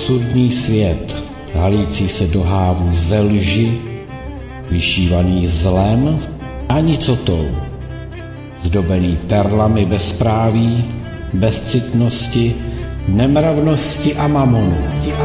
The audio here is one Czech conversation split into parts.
absurdní svět, halící se do hávů ze lži, vyšívaný zlem a nicotou, zdobený perlami bezpráví, bezcitnosti, nemravnosti a mamonu.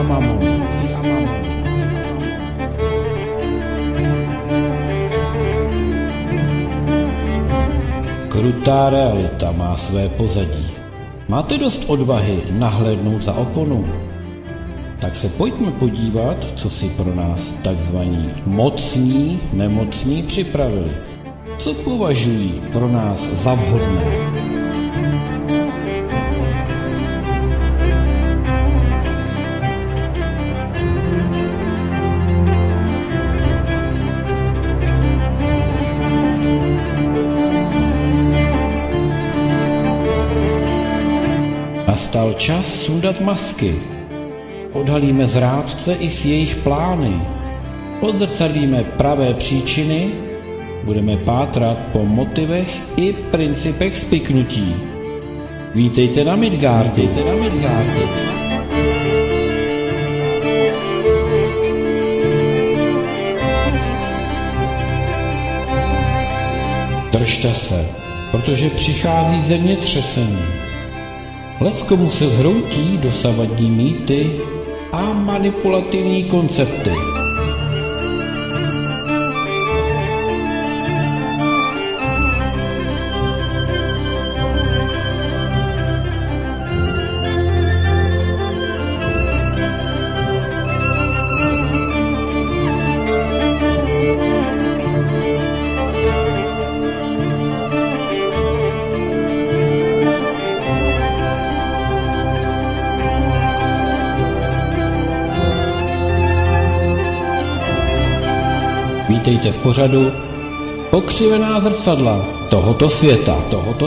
Krutá realita má své pozadí. Máte dost odvahy nahlédnout za oponu? Tak se pojďme podívat, co si pro nás takzvaní mocní, nemocní připravili. Co považují pro nás za vhodné? Nastal čas sundat masky. Odhalíme zrádce i s jejich plány. Odzrcadlíme pravé příčiny. Budeme pátrat po motivech i principech spiknutí. Vítejte na Midgardu. Držte se, protože přichází zemětřesení. Leckomu se zhroutí dosavadní mýty a manipulativní koncepty. Vítejte v pořadu Pokřivená zrcadla tohoto světa.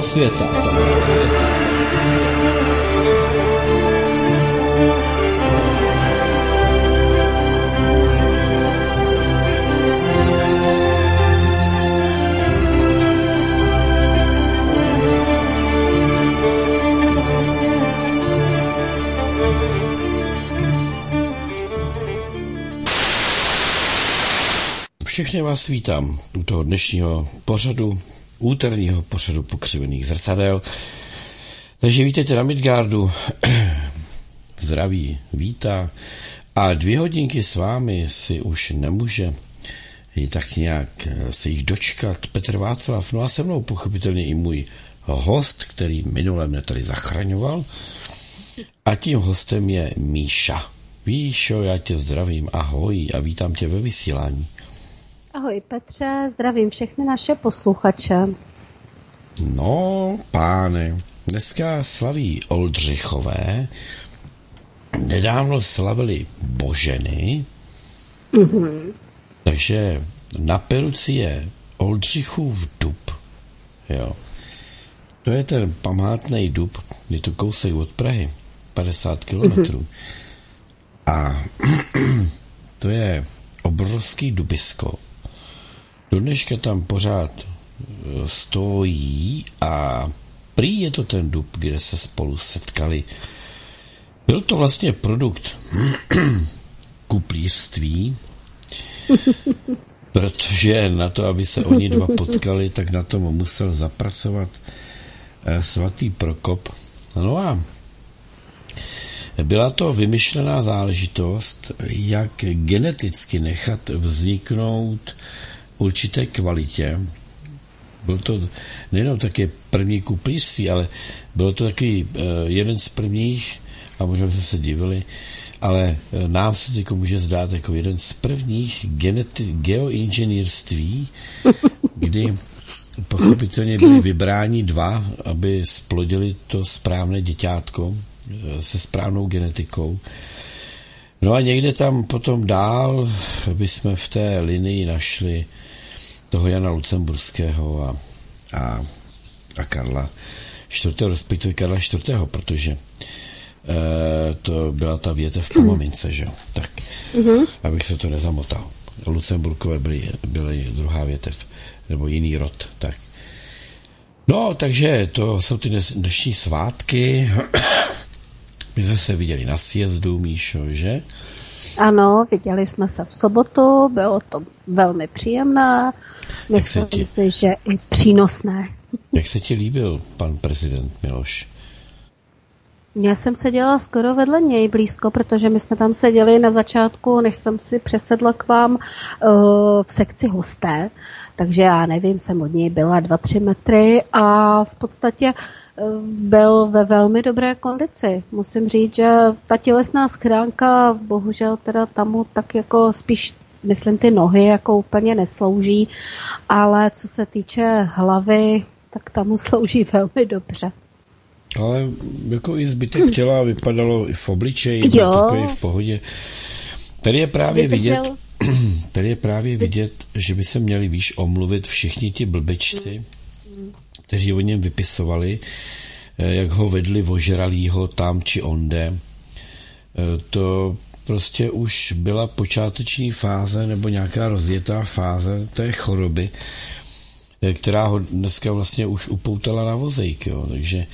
Všechny vás vítám u toho dnešního pořadu, úterního pořadu Pokřivených zrcadel. Takže vítejte na Midgardu, zdraví, vítá a 2 hodinky s vámi si už nemůže tak nějak se jich dočkat Petr Václav, no a se mnou pochopitelně i můj host, který minule mě tady zachraňoval, a tím hostem je Míša. Míšo, já tě zdravím, ahoj a vítám tě ve vysílání. Ahoj Petře, zdravím všechny naše posluchače. No, páne, dneska slaví Oldřichové, nedávno slavili Boženy, takže na Peruci je Oldřichův dub, jo. To je ten památný dub, je to kousek od Prahy, 50 kilometrů. A to je obrovský dubisko. Do dneška tam pořád stojí a prý je to ten dub, kde se spolu setkali. Byl to vlastně produkt kuplířství, protože na to, aby se oni dva potkali, tak na tom musel zapracovat svatý Prokop. No a byla to vymyšlená záležitost, jak geneticky nechat vzniknout určité kvalitě. Byl to nejenom také první kuplířství, ale bylo to taky jeden z prvních, a možná jsme se divili, ale nám se teď může zdát jako jeden z prvních geoinženýrství, kdy pochopitelně byli vybráni 2, aby splodili to správné děťátko se správnou genetikou. No a někde tam potom dál by jsme v té linii našli toho Jana Lucemburského a Karla IV., respektive Karla IV., protože to byla ta větev po mamince, že jo. Tak, abych se to nezamotal. Lucemburkové byly druhá větev, nebo jiný rod, tak. No, takže to jsou ty dnešní svátky. My jsme se viděli na sjezdu, Míšo, že? Ano, viděli jsme se v sobotu, bylo to velmi příjemné, myslím si, že i přínosné. Jak se ti líbil pan prezident Miloš? Já jsem seděla skoro vedle něj blízko, protože my jsme tam seděli na začátku, než jsem si přesedla k vám v sekci hosté, takže já nevím, jsem od něj byla 2-3 metry a v podstatě byl ve velmi dobré kondici. Musím říct, že ta tělesná schránka, bohužel teda tam mu tak jako spíš, myslím, ty nohy jako úplně neslouží, ale co se týče hlavy, tak tam mu slouží velmi dobře. Ale jako i zbytek těla vypadalo i v obličeji, takový v pohodě. Tady je právě vidět, že by se měli, omluvit všichni ti blbečci, kteří o něm vypisovali, jak ho vedli ožralýho tam či onde. To prostě už byla počáteční fáze nebo nějaká rozjetá fáze té choroby, která ho dneska vlastně už upoutala na vozejk. Jo. Takže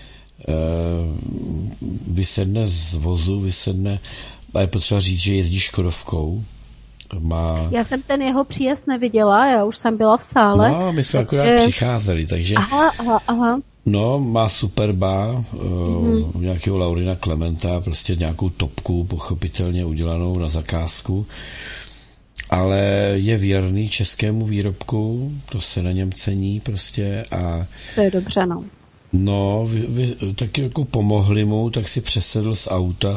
vysedne z vozu, a je potřeba říct, že jezdí škodovkou. Já jsem ten jeho příjezd neviděla, já už jsem byla v sále. No, my jsme akorát přicházeli, takže Aha. No, má Superba, nějakého Laurina Klementa, prostě nějakou topku, pochopitelně udělanou na zakázku, ale je věrný českému výrobku, to se na něm cení prostě a... To je dobře, no. No, taky jako pomohli mu, tak si přesedl z auta,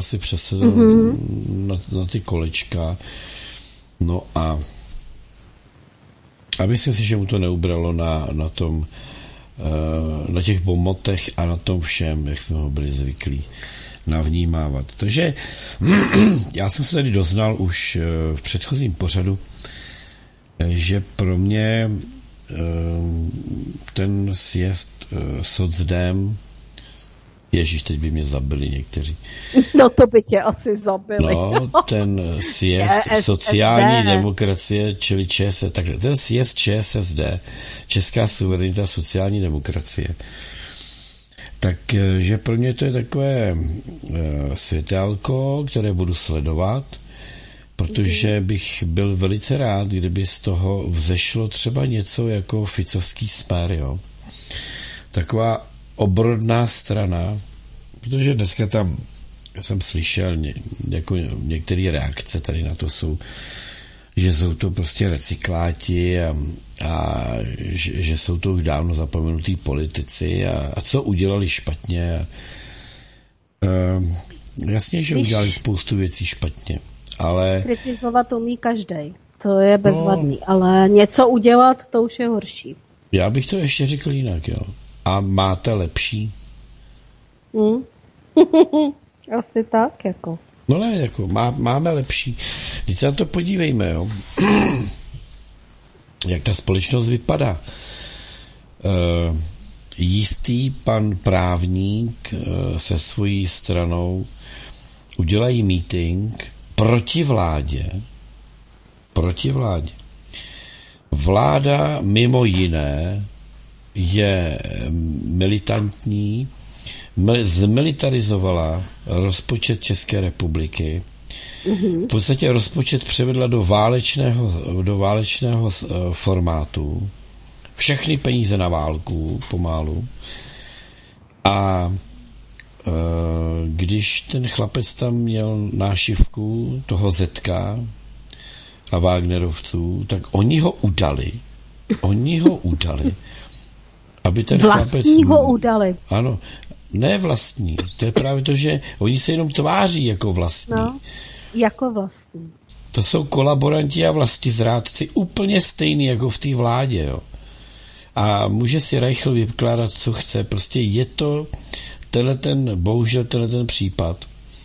na ty kolečka. No a myslím si, že mu to neubralo na tom, na těch bomotech a na tom všem, jak jsme ho byli zvyklí navnímávat. Takže já jsem se tady doznal už v předchozím pořadu, že pro mě ten sjezd socdem, ježíš, teď by mě zabili někteří. No to by tě asi zabili. No, ten sjezd sociální demokracie, čili ČSSD, takhle, ten sjezd ČSSD, Česká suverenita sociální demokracie, takže pro mě to je takové světélko, které budu sledovat, protože bych byl velice rád, kdyby z toho vzešlo třeba něco jako ficovský Smer, jo. Taková obrodná strana, protože dneska tam jsem slyšel jako některé reakce tady na to jsou, že jsou to prostě recykláti a že jsou to už dávno zapomenutí politici a co udělali špatně. Jasně, že udělali spoustu věcí špatně, ale... Kritizovat umí každej, to je bezvadný, ale něco udělat, to už je horší. Já bych to ještě řekl jinak, jo. A máte lepší? Asi tak, jako. No ne, jako máme lepší. Teď se na to podívejme, jo. Jak ta společnost vypadá. Jistý pan právník se svojí stranou udělají meeting proti vládě. Vláda mimo jiné je militantní, zmilitarizovala rozpočet České republiky. V podstatě rozpočet převedla do válečného formátu. Všechny peníze na válku pomalu. A když ten chlapec tam měl nášivku toho Zetka a Wagnerovců, tak oni ho udali, aby ten vlastní ho udali. Ano, ne vlastní. To je právě to, že oni se jenom tváří jako vlastní. No, jako vlastní. To jsou kolaboranti a vlastizrádci úplně stejný jako v té vládě, jo. A může si Reichl vykládat, co chce. Prostě je to bohužel ten případ.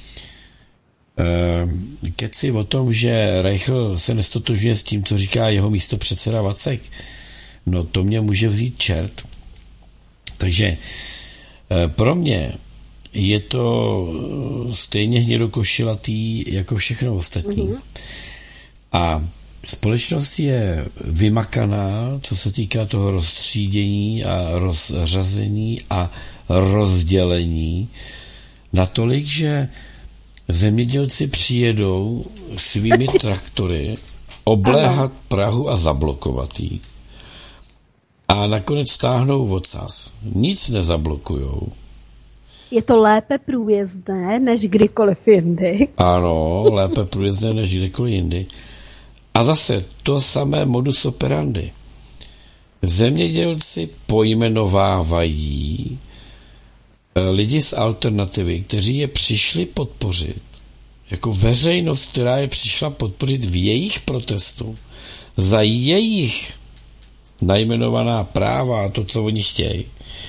Keci o tom, že Reichl se nestotožňuje s tím, co říká jeho místopředseda Vacek, no to mě může vzít čert. Takže pro mě je to stejně hnědokošilatý jako všechno ostatní. A společnost je vymakaná, co se týká toho rozstřídění a rozřazení a rozdělení Natolik, že zemědělci přijedou svými traktory obléhat Prahu a zablokovat ji. A nakonec stáhnou ocas. Nic nezablokujou. Je to lépe průjezdné, než kdykoliv jindy. Ano, lépe průjezdné, než kdykoliv jindy. A zase to samé modus operandi. Zemědělci pojmenovávají lidi z alternativy, kteří je přišli podpořit, jako veřejnost, která je přišla podpořit v jejich protestu, za jejich najmenovaná práva a to, co oni chtějí.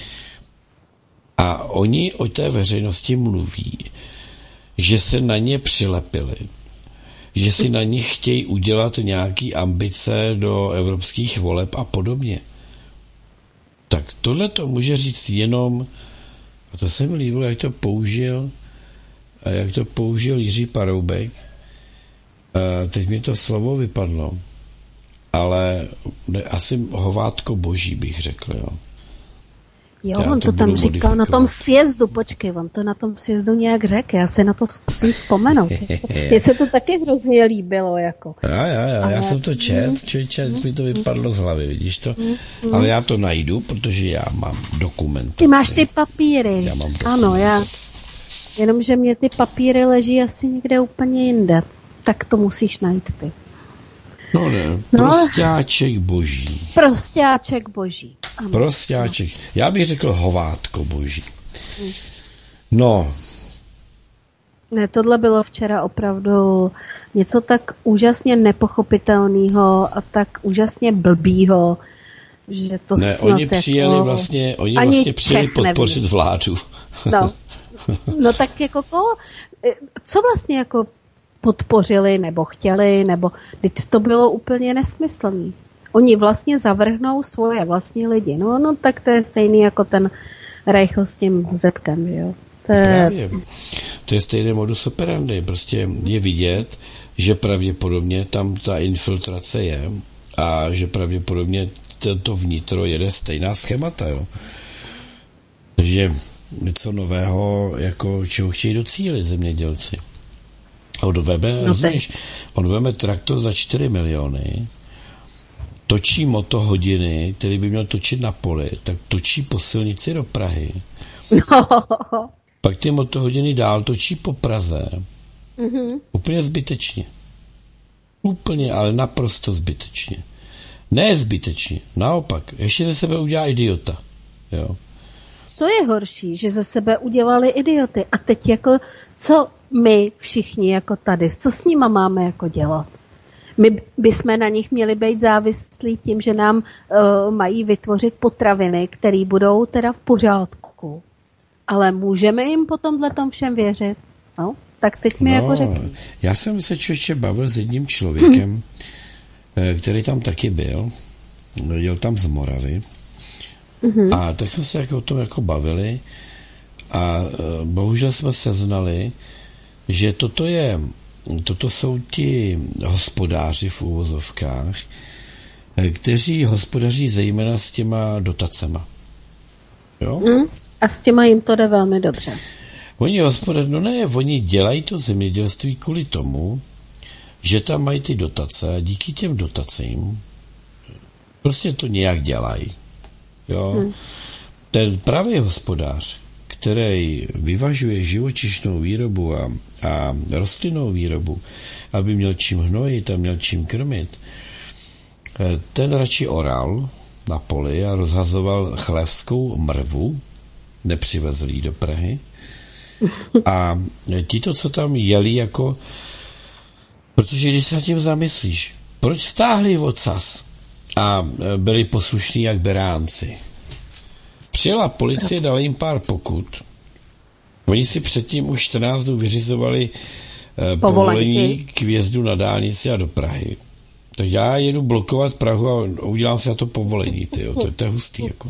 A oni o té veřejnosti mluví, že se na ně přilepili, že si na nich chtějí udělat nějaký ambice do evropských voleb a podobně. Tak tohle to může říct jenom, a to se mi líbilo, jak to použil Jiří Paroubek. Teď mi to slovo vypadlo, ale asi hovátko boží bych řekl, jo. Jo, on to tam říkal na tom sjezdu, počkej, on to na tom sjezdu nějak řekl, já se na to zkusím vzpomenout. Mně se to taky hrozně líbilo, jako. Já jsem to člověče, mi to vypadlo z hlavy, vidíš to? Ale já to najdu, protože já mám dokumentaci. Ty máš ty papíry. Já mám ano, jenomže mě ty papíry leží asi někde úplně jinde. Tak to musíš najít ty. No ne, prostáček boží. Prostáček boží. Ano. Prostáček. Já bych řekl hovátko boží. No. Ne, tohle bylo včera opravdu něco tak úžasně nepochopitelného a tak úžasně blbýho, že to ne, oni přijeli vlastně přijeli podpořit vládu. No tak jako co vlastně jako podpořili, nebo chtěli, nebo to bylo úplně nesmyslný. Oni vlastně zavrhnou svoje vlastní lidi. No tak to je stejný jako ten Reichl s tím Zetkem, jo. To je stejný modus operandi. Prostě je vidět, že pravděpodobně tam ta infiltrace je a že pravděpodobně to vnitro jede stejná schémata, jo. Takže něco nového, jako čeho chtějí docílit zemědělci. On veme traktor za 4 miliony, točí motohodiny, který by měl točit na poli, tak točí po silnici do Prahy. No. Pak ty motohodiny dál točí po Praze. Mm-hmm. Úplně zbytečně. Úplně, ale naprosto zbytečně. Ne zbytečně, naopak. Ještě ze sebe udělá idiota. Jo. To je horší, že ze sebe udělali idioty. A teď jako, co my všichni jako tady, co s nima máme jako dělat? My bychom na nich měli být závislí tím, že nám mají vytvořit potraviny, které budou teda v pořádku. Ale můžeme jim po tomhletom všem věřit? No, tak teď mi jako řekni. Já jsem se člověče bavil s jedním člověkem, který tam taky byl. Jel tam z Moravy. Mm-hmm. A tak jsme se jako o tom jako bavili a bohužel jsme seznali, že toto jsou ti hospodáři v uvozovkách, kteří hospodaří zejména s těma dotacema. Jo? A s těma jim to jde velmi dobře. Oni dělají to zemědělství kvůli tomu, že tam mají ty dotace a díky těm dotacím prostě to nějak dělají. Jo? Ten pravý hospodář, který vyvažuje živočišnou výrobu a rostlinnou výrobu, aby měl čím hnojit a měl čím krmit, ten radši oral na poli a rozhazoval chlévskou mrvu, nepřivezl jí do Prahy. A tito, co tam jeli jako... Protože když se tím zamyslíš, proč stáhli ocas a byli poslušní jak beránci? Přijela policie, dala jim pár pokut. Oni si předtím už 14 dnů vyřizovali povolení k vjezdu na dálnici a do Prahy. Tak já jedu blokovat Prahu a udělám si na to povolení. To je hustý. Jako.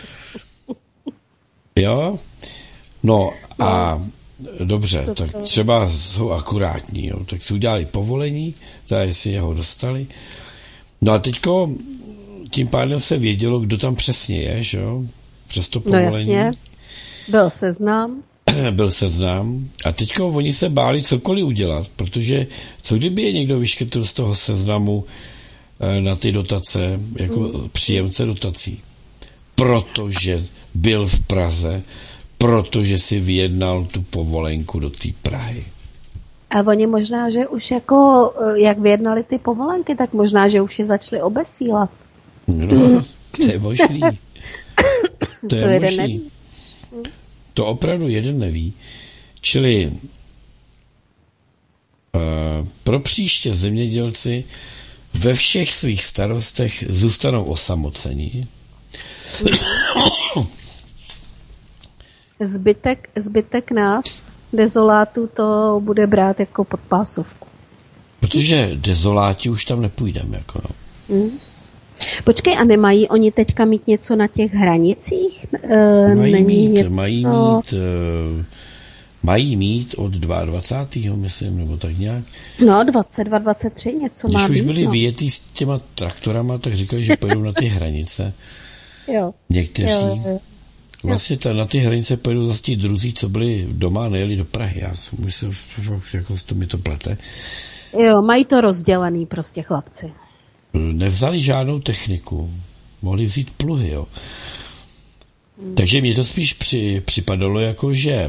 Jo? No a dobře, tak třeba jsou akurátní. Jo? Tak si udělali povolení, tady si ho dostali. No a teďko tím pádem se vědělo, kdo tam přesně je, že jo? Přes to povolení. No jasně, byl seznam. byl seznam a teďko oni se báli cokoliv udělat, protože co kdyby je někdo vyškrtl z toho seznamu na ty dotace, jako příjemce dotací. Protože byl v Praze, protože si vyjednal tu povolenku do té Prahy. A oni možná, že už jako, jak vyjednali ty povolenky, tak možná, že už je začali obesílat. No, to je možný. To je možný. To opravdu jeden neví. Čili pro příště zemědělci ve všech svých starostech zůstanou osamocení. Zbytek nás, dezolátů, to bude brát jako podpásovku. Protože dezoláti už tam nepůjdeme. Jako no. Počkej, a nemají oni teďka mít něco na těch hranicích? Mají mít od 22. myslím, nebo tak nějak. No, 22, 23 něco má. Když už byli vyjetý s těma traktorama, tak říkali, že pojedou na ty hranice. Jo. Někteří. Jo. Vlastně na ty hranice pojedou zase ti druzí, co byli doma a nejeli do Prahy. Já jsem myslel, jako to mi to plete. Jo, mají to rozdělený prostě chlapci. Nevzali žádnou techniku. Mohli vzít pluhy, jo. Takže mě to spíš připadalo jako, že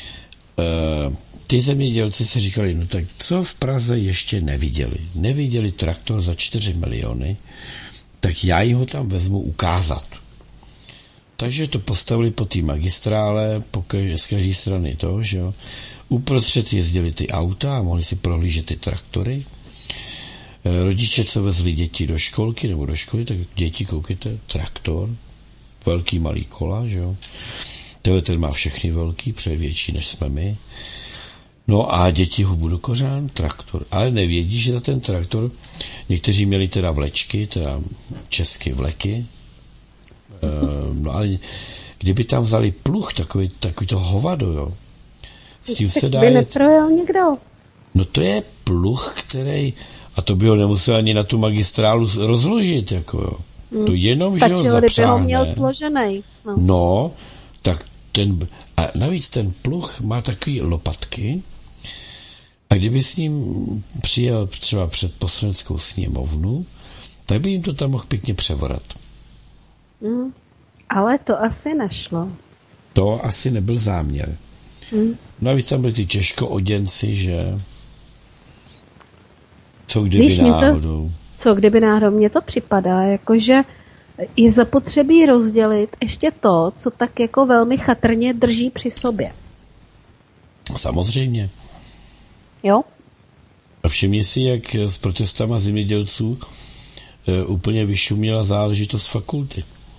ty zemědělci se říkali, no tak co v Praze ještě neviděli? Neviděli traktor za 4 miliony, tak já jim ho tam vezmu ukázat. Takže to postavili po té magistrále, z každé strany to, že jo. Uprostřed jezdili ty auta a mohli si prohlížet ty traktory. Rodiče, co vezli děti do školky nebo do školy, tak děti, koukejte, traktor, velký, malý kola, že jo. Ten má všechny velký, protože větší, než jsme my. No a děti hubu do kořán, traktor. Ale nevědí, že za ten traktor, někteří měli teda vlečky, teda české vleky, no ale kdyby tam vzali pluh, takový to hovado, jo. S tím se dá neprojel někdo. No to je pluh, který, a to by ho nemusel ani na tu magistrálu rozložit, jako jo. To jenom, stačilo, že ho zapřáhne. Stačilo, kdyby ho měl složený. No, tak a navíc ten pluh má takový lopatky a kdyby s ním přijel třeba před poslaneckou sněmovnu, tak by jim to tam mohl pěkně převorat. Ale to asi nešlo. To asi nebyl záměr. Navíc tam byli ty těžkooděnci, že co kdyby náhodou. Co kdyby náhodou, mně to připadá, jakože je zapotřebí rozdělit ještě to, co tak jako velmi chatrně drží při sobě. Samozřejmě. Jo? A všimni si, jak s protestama zemědělců úplně vyšuměla záležitost fakulty.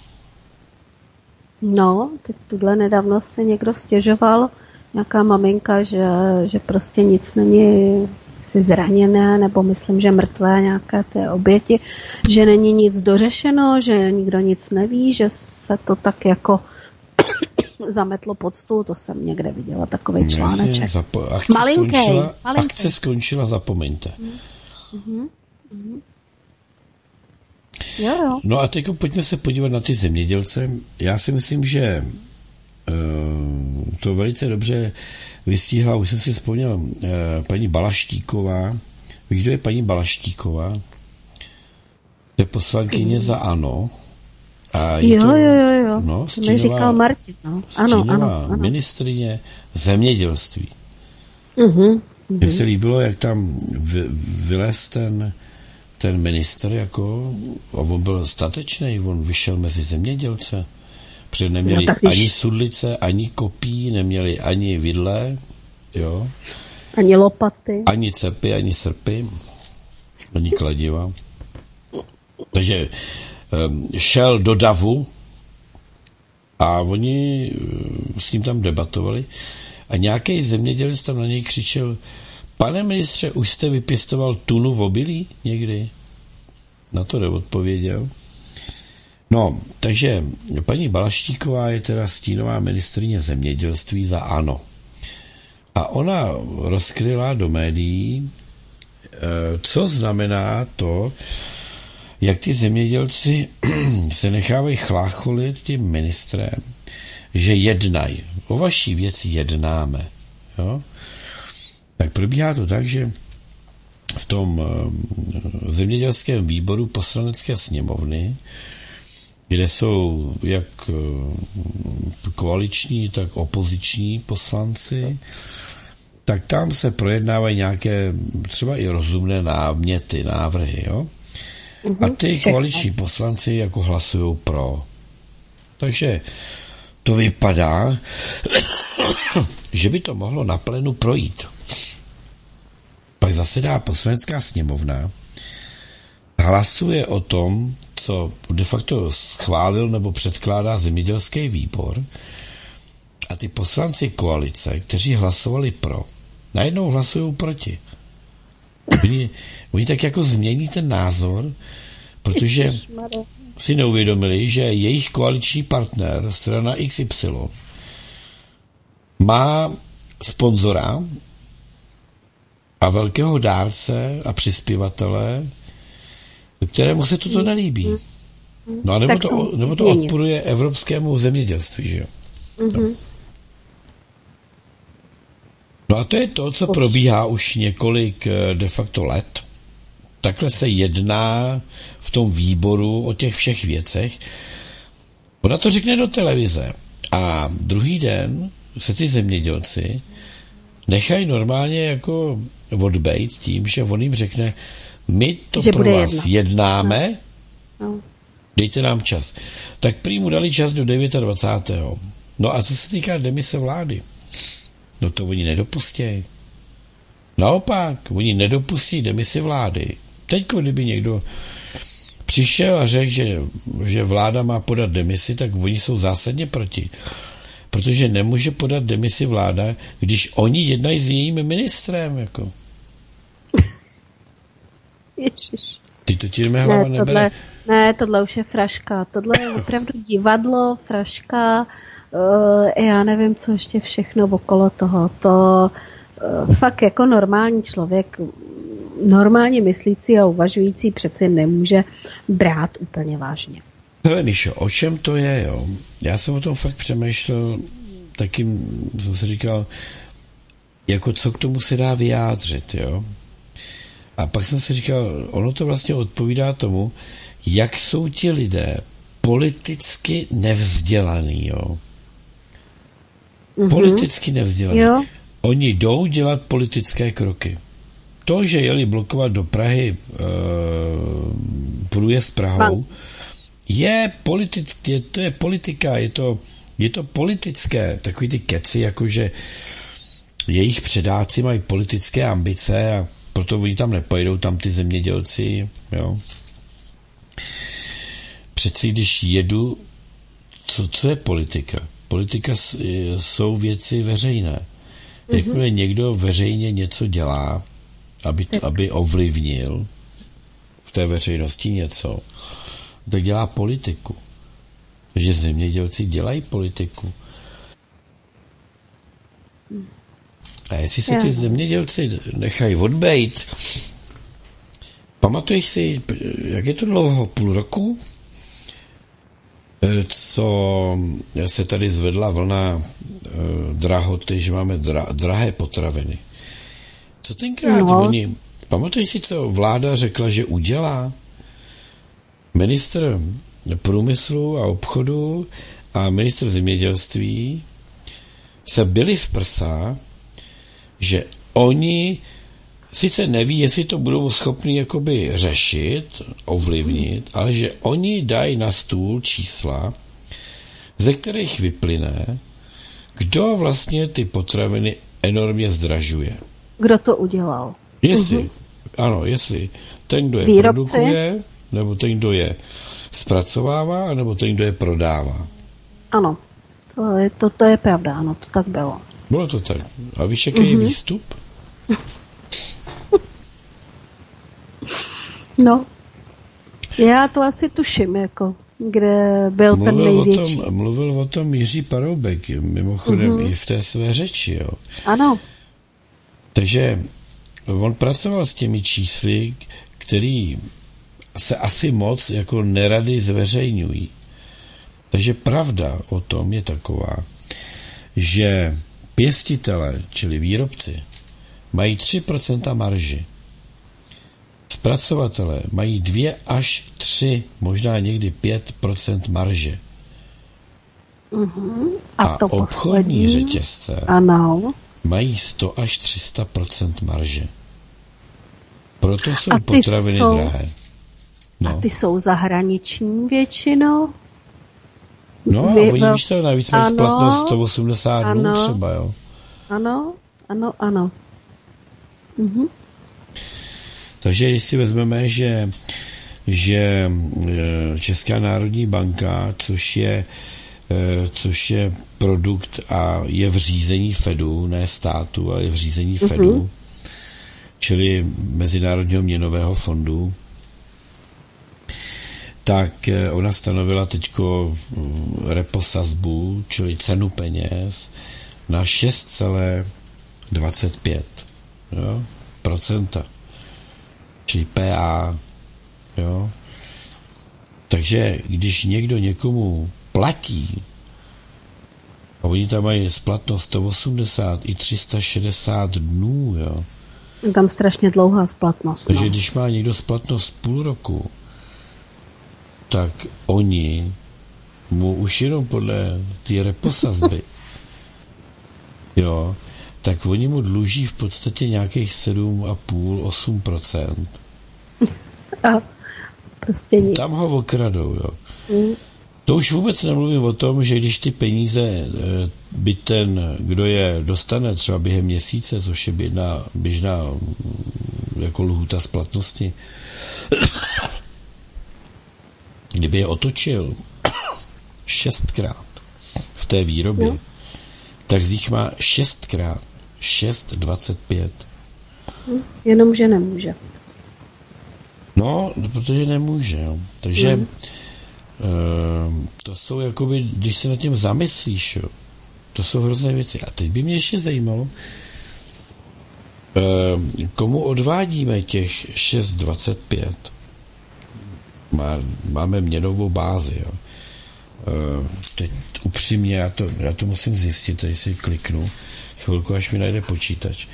No, teď tuhle nedávno se někdo stěžoval, nějaká maminka, že prostě nic není si zraněné, nebo myslím, že mrtvé nějaké té oběti, že není nic dořešeno, že nikdo nic neví, že se to tak jako zametlo pod stůl, to jsem někde viděla, takový článeček. Akce skončila, zapomeňte. Jo. No a teď pojďme se podívat na ty zemědělce. Já si myslím, že to velice dobře vystihla, už jsem si vzpomněl, paní Balaštíková. Víš, kdo je paní Balaštíková? To je poslankyně za ANO. A je jo. No, to mi říkal Martin. No. Ano. Ministryně zemědělství. Mně se líbilo, jak tam vylez ten ministr, jako, a on byl statečný, on vyšel mezi zemědělce. Protože neměli ani sudlice, ani kopí, neměli ani vidle, jo. Ani lopaty. Ani cepy, ani srpy, ani kladiva. Takže šel do davu a oni s ním tam debatovali a nějaký zemědělec tam na něj křičel: pane ministře, už jste vypěstoval tunu v obilí někdy? Na to neodpověděl. No, takže paní Balaštíková je teda stínová ministryně zemědělství za ANO. A ona rozkryla do médií, co znamená to, jak ty zemědělci se nechávají chlácholit tím ministrem že jednají. O vaší věci jednáme. Jo? Tak probíhá to tak, že v tom zemědělském výboru Poslanecké sněmovny, kde jsou jak koaliční, tak opoziční poslanci, tak tam se projednávají nějaké třeba i rozumné náměty, návrhy. Jo? A ty koaliční poslanci jako hlasují pro. Takže to vypadá, že by to mohlo na plénu projít. Pak zasedá Poslanecká sněmovna, hlasuje o tom, co de facto schválil nebo předkládá zemědělský výbor, a ty poslanci koalice, kteří hlasovali pro, najednou hlasují proti. Oni tak jako změní ten názor, protože si neuvědomili, že jejich koaliční partner, strana XY, má sponzora a velkého dárce a přispěvatele, kterému se toto nelíbí. No a nebo to odporuje evropskému zemědělství, že jo? No a to je to, co probíhá už několik de facto let. Takhle se jedná v tom výboru o těch všech věcech. Ona to řekne do televize. A druhý den se ty zemědělci nechají normálně jako odbejt tím, že on jim řekne, my to že pro vás jednáme, dejte nám čas. Tak prý mu dali čas do 29. No a co se týká demise vlády, no to oni nedopustí. Naopak, oni nedopustí demisi vlády. Teď, kdyby někdo přišel a řekl, že vláda má podat demisi, tak oni jsou zásadně proti. Protože nemůže podat demisi vláda, když oni jednají s jejím ministrem. Jako. Ježiš. Ty to ti hlava nebere. Tohle už je fraška. Tohle je opravdu divadlo, fraška, já nevím, co ještě všechno okolo toho. To fakt jako normální člověk, normálně myslící a uvažující přeci nemůže brát úplně vážně. Hele, Míšo, o čem to je, jo? Já jsem o tom fakt přemýšlel, taky jsem si říkal, jako co k tomu se dá vyjádřit, jo? A pak jsem si říkal, ono to vlastně odpovídá tomu, jak jsou ti lidé politicky nevzdělaný, jo? Politicky nevzdělaný. Jo. Oni jdou dělat politické kroky. To, že jeli blokovat do Prahy průjezd Prahou, je politika, je to politické, takový ty keci, jakože jejich předáci mají politické ambice a proto oni tam nepojedou, tam ty zemědělci, jo. Přeci když jedu, co je politika? Politika jsou věci veřejné. Jakmile někdo veřejně něco dělá, aby ovlivnil v té veřejnosti něco, tak dělá politiku. Takže zemědělci dělají politiku. A jestli se ty zemědělci nechají odbejt, pamatuješ si, jak je to dlouho, půl roku, co se tady zvedla vlna drahoty, že máme drahé potraviny. Co tenkrát oni, pamatuješ si, co vláda řekla, že udělá? Ministr průmyslu a obchodu a ministr zemědělství se bili v prsa, že oni sice neví, jestli to budou schopni jakoby řešit, ovlivnit, ale že oni dají na stůl čísla, ze kterých vyplyne, kdo vlastně ty potraviny enormně zdražuje. Kdo to udělal? Jestli ten, kdo je produkuje, nebo ten, kdo je zpracovává, nebo ten, kdo je prodává. Ano, to je pravda, ano, to tak bylo. Bylo to tak. A víš, jaký je výstup? No, já to asi tuším, jako, kde byl ten největší. Mluvil o tom Jiří Paroubek, mimochodem i v té své řeči, jo. Ano. Takže on pracoval s těmi čísly, který se asi moc jako nerady zveřejňují. Takže pravda o tom je taková, že pěstitele, čili výrobci, mají 3% marži. Zpracovatelé mají 2 až 3, možná někdy 5% marže. A to obchodní řetězce mají 100 až 300% marže. Proto jsou potraviny drahé. No. A ty jsou zahraniční většinou? No a oni víš to, navíc mají splatnost 180 dnů třeba, jo. Ano. Takže když si vezmeme, že Česká národní banka, což je produkt a je v řízení Fedu, ne státu, ale je v řízení Fedu, čili Mezinárodního měnového fondu, tak ona stanovila teďko repo sazbu, čili cenu peněz, na 6,25 procenta, čili PA. Jo? Takže když někdo někomu platí, a oni tam mají splatnost 180 i 360 dnů, jo? Tam strašně dlouhá splatnost. Takže když má někdo splatnost půl roku, tak oni mu už jenom podle té reposazby, jo, tak oni mu dluží v podstatě nějakých 7,5-8%. A prostě nic. Tam ho okradou, jo. To už vůbec nemluvím o tom, že když ty peníze by ten, kdo je dostane třeba během měsíce, což je běžná jako lhůta splatnosti, kdyby je otočil 6krát v té výrobě, tak z nich má 6krát 6,25. Jenomže nemůže. No, protože nemůže. Jo. Takže to jsou jakoby, když se nad tím zamyslíš, jo, to jsou hrozné věci. A teď by mě ještě zajímalo, komu odvádíme těch 6,25. Máme měnovou bázi. Jo. Teď upřímně, já to musím zjistit, tady si kliknu chvilku, až mi najde počítač.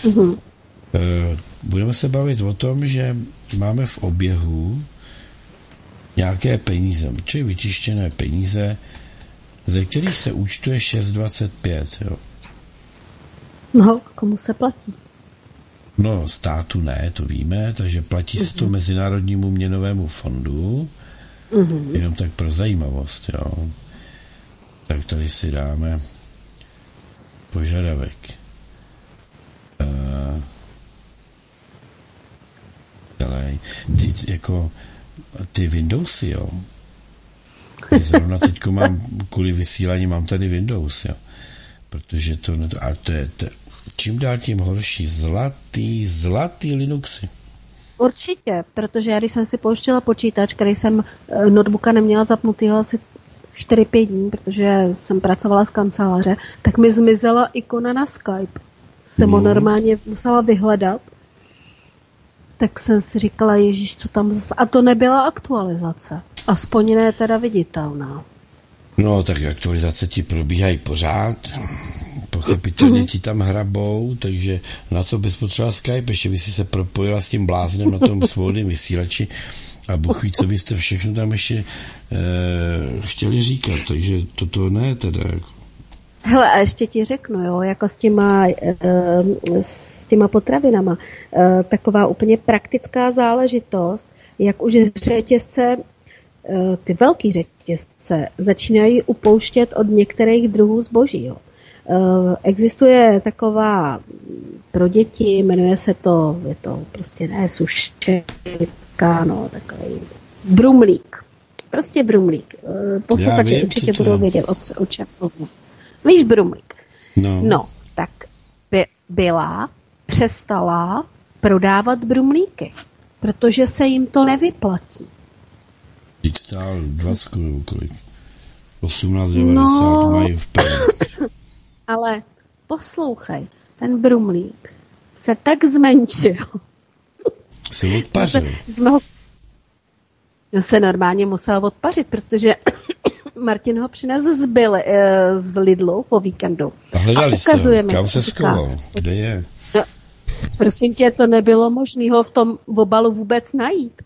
Budeme se bavit o tom, že máme v oběhu nějaké peníze, čili vytištěné peníze, ze kterých se účtuje 6,25. Jo. No, komu se platí? No, státu ne, to víme, takže platí se to Mezinárodnímu měnovému fondu, jenom tak pro zajímavost, jo. Tak tady si dáme požadavek. Ty Windowsy, jo. Zrovna teďko mám, kvůli vysílání mám tady Windows, jo. Protože to je čím dál tím horší. Zlatý Linuxy. Určitě, protože já když jsem si pouštěla počítač, který jsem notebooka neměla zapnutýho asi 4-5 dní, protože jsem pracovala z kanceláře, tak mi zmizela ikona na Skype. Jsem ho normálně musela vyhledat. Tak jsem si říkala, ježiš, co tam zase... A to nebyla aktualizace. Aspoň ne teda viditelná. No, tak aktualizace ti probíhají pořád. Pochopitelně ti tam hrabou, takže na co bys potřeboval Skype? Ještě by si se propojila s tím bláznem na tom svobodným vysílači a Bůh ví, co byste všechno tam ještě chtěli říkat. Takže toto ne teda. Hele, a ještě ti řeknu, jo, jako s těma potravinama, taková úplně praktická záležitost, jak už řetězce, ty velký řetězce začínají upouštět od některých druhů zboží. Jo. Existuje taková pro děti, jmenuje se to, je to prostě ne sušenka, no, takový brumlík. Prostě brumlík. Posluchači určitě budou vědět, o čem mluvím. Víš, brumlík. No, tak přestala prodávat brumlíky, protože se jim to nevyplatí. Teď stál 20 kolik? 18,90 mají v první. Ale poslouchej, ten brumlík se tak zmenšil. Se odpařil. Se normálně musel odpařit, protože Martin ho přines z Lidlu po víkendu. A hledali jste ho, kam se schoval, kde je? No, prosím tě, to nebylo možné ho v tom obalu vůbec najít.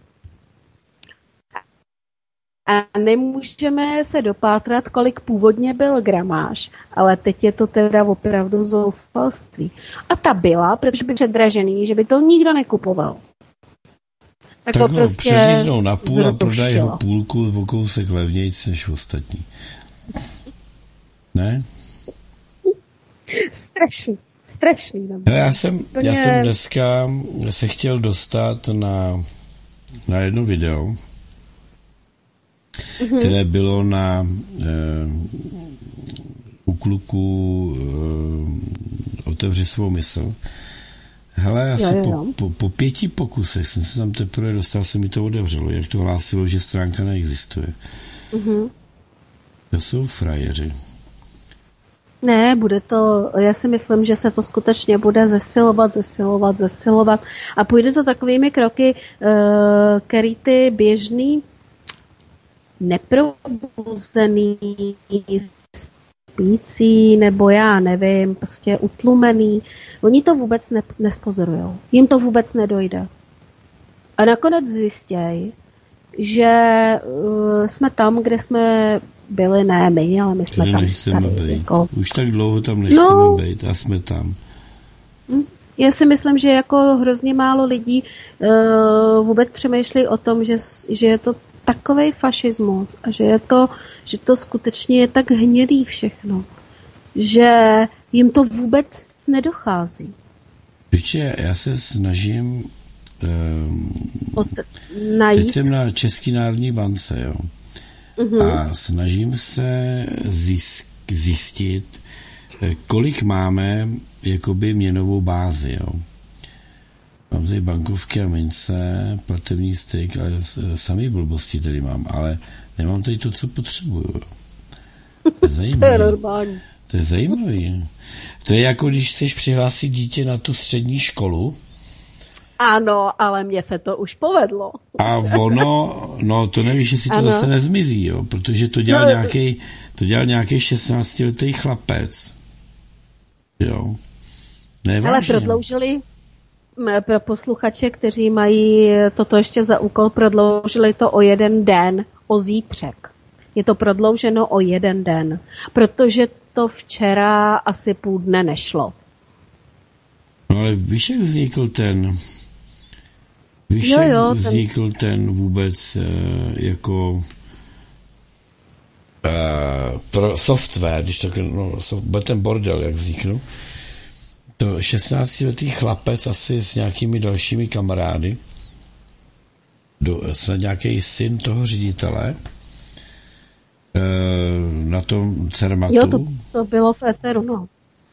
A nemůžeme se dopátrat, kolik původně byl gramáž, ale teď je to teda opravdu zoufalství. A ta byla, protože by předražený, že by to nikdo nekupoval. Tak ho prostě přeříznou na půl a prodají ho půlku o kousek levnějc než ostatní. Ne? Strašný. Já jsem dneska se chtěl dostat na jedno video, které bylo na u kluku Otevři svou mysl. Hele, asi po 5 pokusech jsem se tam teprve dostal, se mi to otevřelo, jak to hlásilo, že stránka neexistuje. To jsou frajeři. Ne, bude to, já si myslím, že se to skutečně bude zesilovat a půjde to takovými kroky, který ty běžný neprobuzený, spící, nebo já nevím, prostě utlumený. Oni to vůbec nespozorujou. Jim to vůbec nedojde. A nakonec zjistějí, že jsme tam, kde jsme byli, ne my, ale my jsme kde tam nechceme být. Jako... Už tak dlouho tam nechceme být a jsme tam. Já si myslím, že jako hrozně málo lidí vůbec přemýšlí o tom, že je to takovej fašismus a že to skutečně je tak hnědý všechno, že jim to vůbec nedochází. Víte, já se snažím najít. Teď jsem na České národní bance, jo. A snažím se zjistit, kolik máme jakoby měnovou bázi, jo. Mám tady bankovky a mince, platební styk, ale samý blbosti tady mám, ale nemám tady to, co potřebuju. To je zajímavé. To je normální. To je zajímavé. To je jako, když chceš přihlásit dítě na tu střední školu. Ano, ale mně se to už povedlo. A ono, to nevíš, jestli to zase nezmizí, jo, protože to dělal nějaký 16letý chlapec. Jo. Nevážně. Ale prodloužili pro posluchače, kteří mají toto ještě za úkol, prodloužili to o 1 den, o zítřek. Je to prodlouženo o 1 den, protože to včera asi půl dne nešlo. No ale víš, jak vznikl ten... vznikl ten vůbec jako pro software, když tak, byl ten bordel, jak vzniknul. To 16letý chlapec asi s nějakými dalšími kamarády, snad nějaký syn toho ředitele, na tom Cermatu. Jo, to bylo v éteru, no.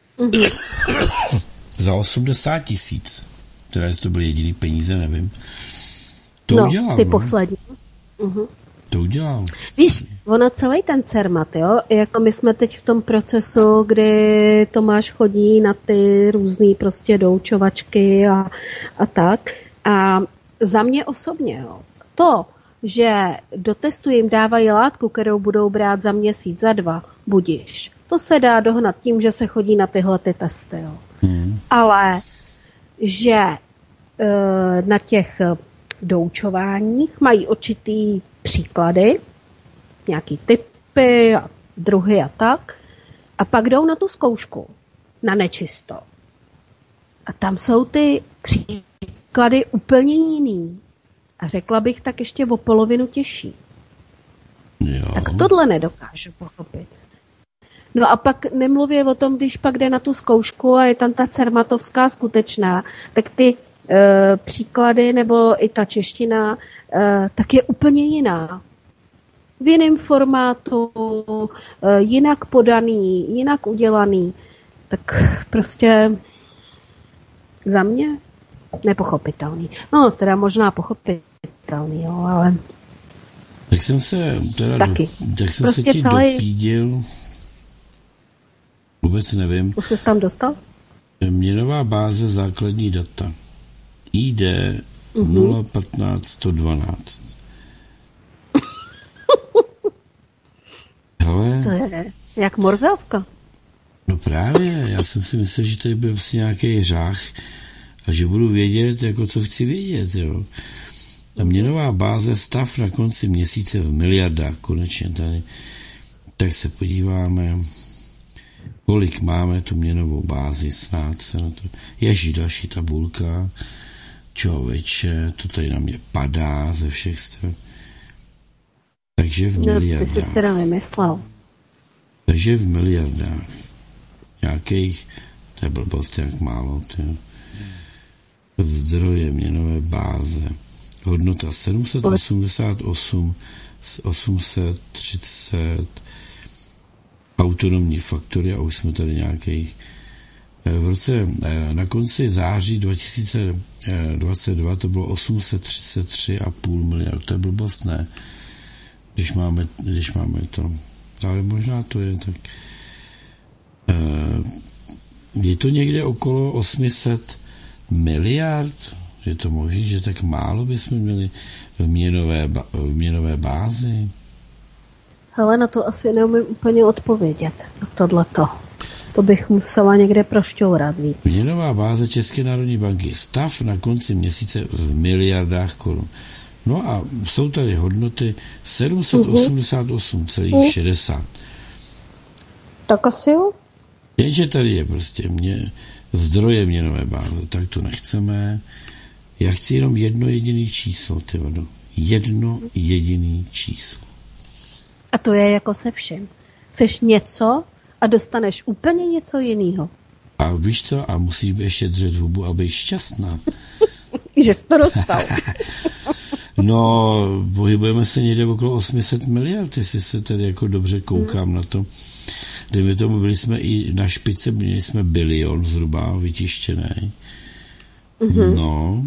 Za 80 000, teda jestli to byly jediný peníze, nevím. To udělal. Ty poslední. To udělal. Víš, ono celý ten Cermat, jo, jako my jsme teď v tom procesu, kdy Tomáš chodí na ty různý prostě doučovačky a tak. A za mě osobně, jo, to, že do testu jim dávají látku, kterou budou brát za měsíc, za 2, budiš. To se dá dohnat tím, že se chodí na tyhle ty testy, jo. Ale že na těch doučováních mají určitý příklady, nějaký typy a druhy a tak, a pak jdou na tu zkoušku, na nečisto. A tam jsou ty příklady úplně jiný. A řekla bych tak ještě o polovinu těžší. Jo. Tak tohle nedokážu pochopit. No a pak nemluvě o tom, když pak jde na tu zkoušku a je tam ta cermatovská skutečná, tak ty příklady nebo i ta čeština tak je úplně jiná. V jiném formátu, jinak podaný, jinak udělaný. Tak prostě za mě nepochopitelný. No, teda možná pochopitelný, jo, ale... Tak jsem se teda taky. Tak jsem prostě se ti dopídil. Vůbec nevím. Už jsi tam dostal? Měnová báze základní data. ID 015 112. Ale... To je jak morzovka. No právě, já jsem si myslel, že tady byl vlastně nějaký řách a že budu vědět, jako co chci vědět, jo. Ta měnová báze, stav na konci měsíce v miliardách, konečně tady. Tak se podíváme, kolik máme tu měnovou bázi, snad se na to... Ježí, další tabulka, člověče, to tady na mě padá ze všech stran. Takže v miliardách. Ty jsi teda vymyslel. Takže v miliardách. Nějakých, to je blbost, jak málo, zdroje měnové báze. Hodnota 788, 830, autonomní faktory a už jsme tady nějakých. V roce, na konci září 2022 to bylo 833,5 miliard. To je blbost, ne? Když máme to. Ale možná to je tak. Je to někde okolo 800 miliard? Je to možné, že tak málo bychom měli v měnové bázi? Hele, na to asi neumím úplně odpovědět, na tohleto. To bych musela někde prošťourat víc. Měnová báze České národní banky. Stav na konci měsíce v miliardách korun. No a jsou tady hodnoty 788,60. Tak asi jo. Jenže tady je prostě zdroje měnové báze, tak to nechceme. Já chci jenom jedno jediné číslo, ty vado. Jedno jediné číslo. A to je jako se vším. Chceš něco a dostaneš úplně něco jiného. A víš co? A musíš ještě držet hubu a být šťastná. Že jsi to dostal. No, pohybujeme se někde okolo 800 miliard, jestli se tady jako dobře koukám na to. Dejme tomu, byli jsme i na špice, měli jsme bilion zhruba vytištěný. No.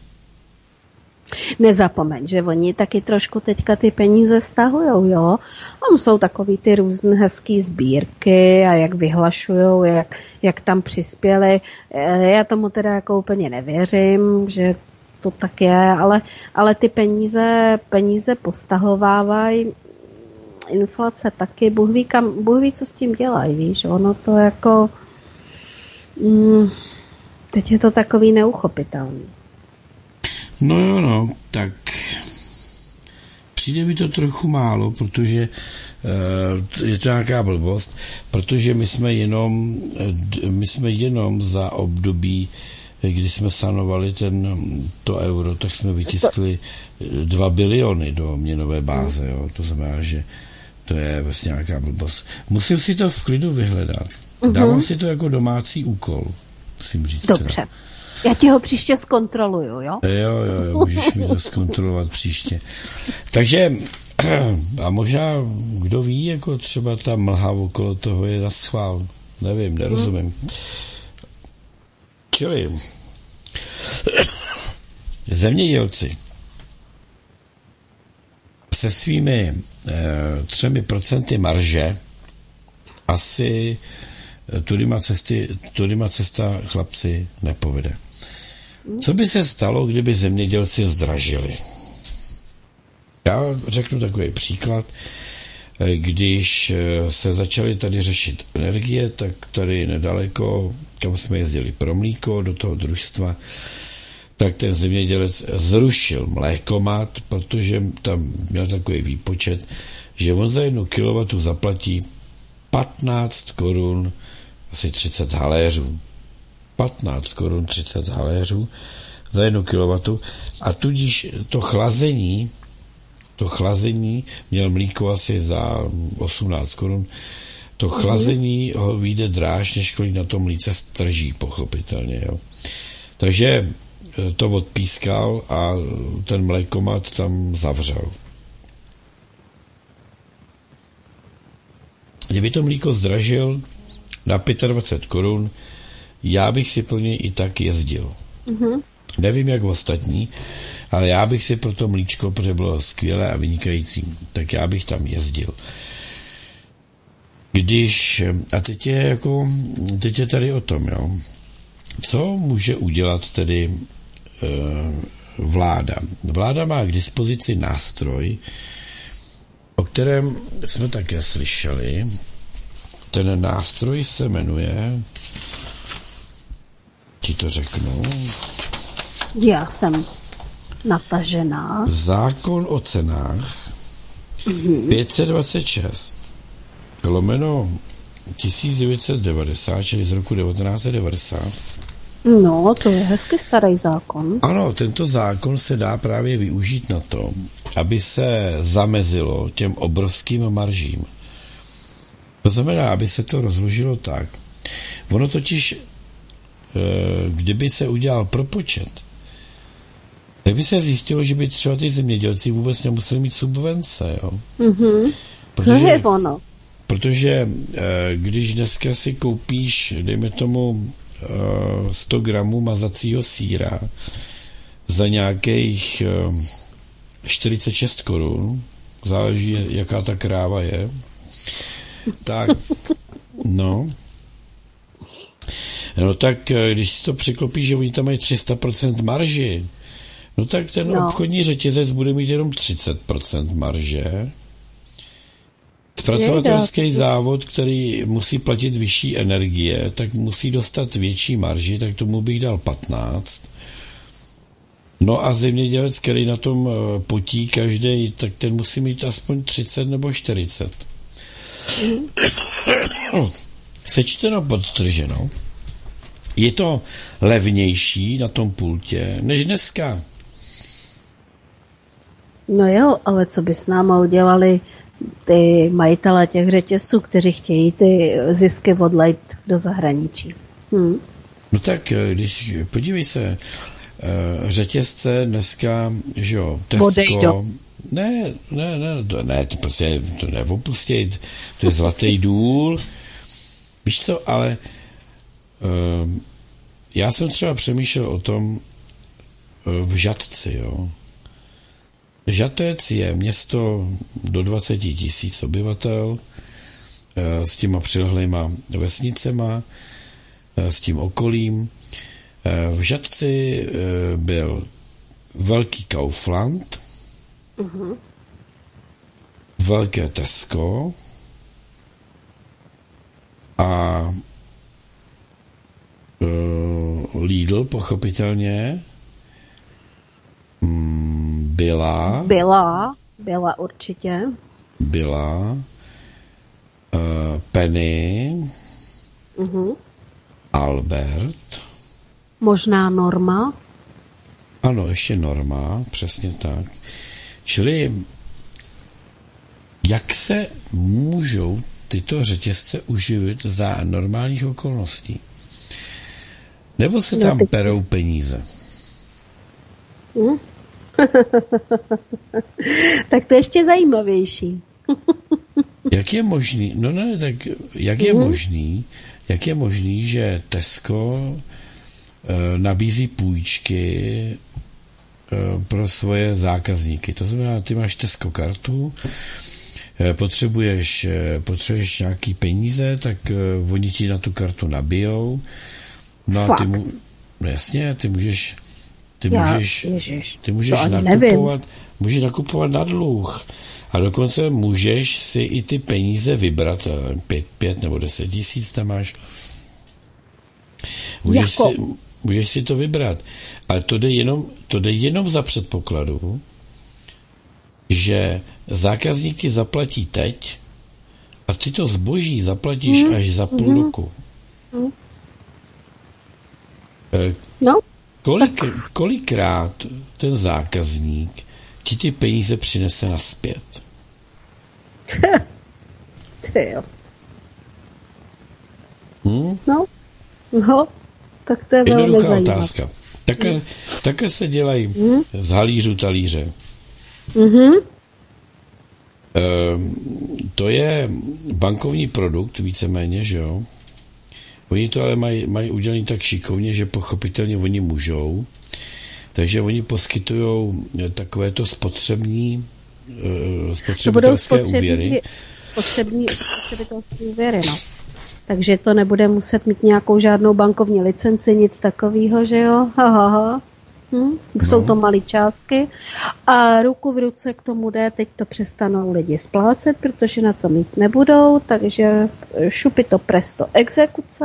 Nezapomeň, že oni taky trošku teďka ty peníze stahujou, jo? Tam jsou takový ty různé hezký sbírky a jak vyhlašujou, jak tam přispěli. Já tomu teda jako úplně nevěřím, že to tak je, ale ty peníze postahovávají, inflace taky, Bůh ví, co s tím dělají, víš, ono to jako teď je to takový neuchopitelný. No jo, no, tak přijde mi to trochu málo, protože je to nějaká blbost, protože my jsme jenom za období, kdy jsme sanovali to euro, tak jsme vytiskli 2 biliony do měnové báze, jo. To znamená, že to je vlastně nějaká blbost. Musím si to v klidu vyhledat. Dávám si to jako domácí úkol, musím říct. Dobře. Já ti ho příště zkontroluju, jo? Jo, můžeš mi to zkontrolovat příště. Takže, a možná, kdo ví, jako třeba ta mlha okolo toho je na schvál. Nevím, nerozumím. Čili zemědělci se svými 3% marže asi tudyma cesta chlapci nepovede. Co by se stalo, kdyby zemědělci zdražili? Já řeknu takový příklad. Když se začaly tady řešit energie, tak tady nedaleko, kam jsme jezdili pro mlíko, do toho družstva, tak ten zemědělec zrušil mlékomat, protože tam měl takový výpočet, že on za 1 kW zaplatí 15 korun asi 30 haléřů. 15 korun 30 haléřů za 1 kW a tudíž to chlazení měl mlíko asi za 18 korun. To chlazení ho vyjde dráž, než kolik na tom mlíce strží, pochopitelně. Jo. Takže to odpískal a ten mlékomat tam zavřel. Kdyby to mlíko zdražil na 25 korun, já bych si pro něj i tak jezdil. Nevím, jak ostatní, ale já bych si pro to mlíčko, protože bylo skvělé a vynikající, tak já bych tam jezdil. A teď je tady o tom, jo. Co může udělat tedy vláda? Vláda má k dispozici nástroj, o kterém jsme také slyšeli. Ten nástroj se jmenuje, ti to řeknu. Já jsem natažená. Zákon o cenách 526 lomeno 1990, čili z roku 1990. No, to je hezky starý zákon. Ano, tento zákon se dá právě využít na to, aby se zamezilo těm obrovským maržím. To znamená, aby se to rozložilo tak. Ono totiž, kdyby se udělal propočet, tak by se zjistilo, že by třeba ty zemědělci vůbec nemuseli mít subvence. Jo? Mm-hmm. To je ono. Protože když dneska si koupíš, dejme tomu, 100 gramů mazacího sýra za nějakých 46 korun, záleží, jaká ta kráva je, tak tak když si to překlopíš, že oni tam mají 300% marži, no tak ten obchodní řetězec bude mít jenom 30% marže. Zpracovatelský závod, který musí platit vyšší energie, tak musí dostat větší marži, tak tomu bych dal 15. No a zemědělec, který na tom potí každý, tak ten musí mít aspoň 30 nebo 40. Sečteno, podtrženo. Je to levnější na tom pultě než dneska. No jo, ale co by s náma udělali ty majitelé těch řetězců, kteří chtějí ty zisky odlejt do zahraničí? No tak, když podívej se, řetězce dneska, že jo, Tesco, to prostě to neopustěj, to je zlatý důl. Víš co, ale já jsem třeba přemýšlel o tom v Žatci, jo. Žatec je město do 20 000 obyvatel s těma přilehlýma vesnicema, s tím okolím. V Žatci byl velký Kaufland, velké Tesco a Lidl pochopitelně, Byla určitě. Byla Penny, Albert. Možná Norma. Ano, ještě Norma, přesně tak. Čili jak se můžou tyto řetězce uživit za normálních okolností? Nebo se tam perou peníze? Tak to je ještě zajímavější. Jak je možný, jak je možný, že Tesco nabízí půjčky pro svoje zákazníky. To znamená, ty máš Tesco kartu, potřebuješ nějaký peníze, tak oni ti na tu kartu nabijou. No a ty můžeš nakupovat na dluh. A dokonce můžeš si i ty peníze vybrat, 5 nebo 10 tisíc tam máš. Můžeš si to vybrat. Ale to jde jenom za předpokladu, že zákazník ti zaplatí teď a ty to zboží zaplatíš až za půl roku. Kolikrát ten zákazník ti ty peníze přinese nazpět? Ty jo. Tak to je velmi zajímavé. Otázka. Také se dělají z halířů talíře. To je bankovní produkt, víceméně, že jo? Oni to ale mají udělaný tak šikovně, že pochopitelně oni můžou. Takže oni poskytují takovéto spotřebitelské úvěry. Spotřebitelské úvěry, no. Takže to nebude muset mít nějakou žádnou bankovní licenci, nic takového, že jo? Jsou to malé částky a ruku v ruce k tomu jde, teď to přestanou lidi splácet, protože na to mít nebudou, takže šupi to presto exekuce.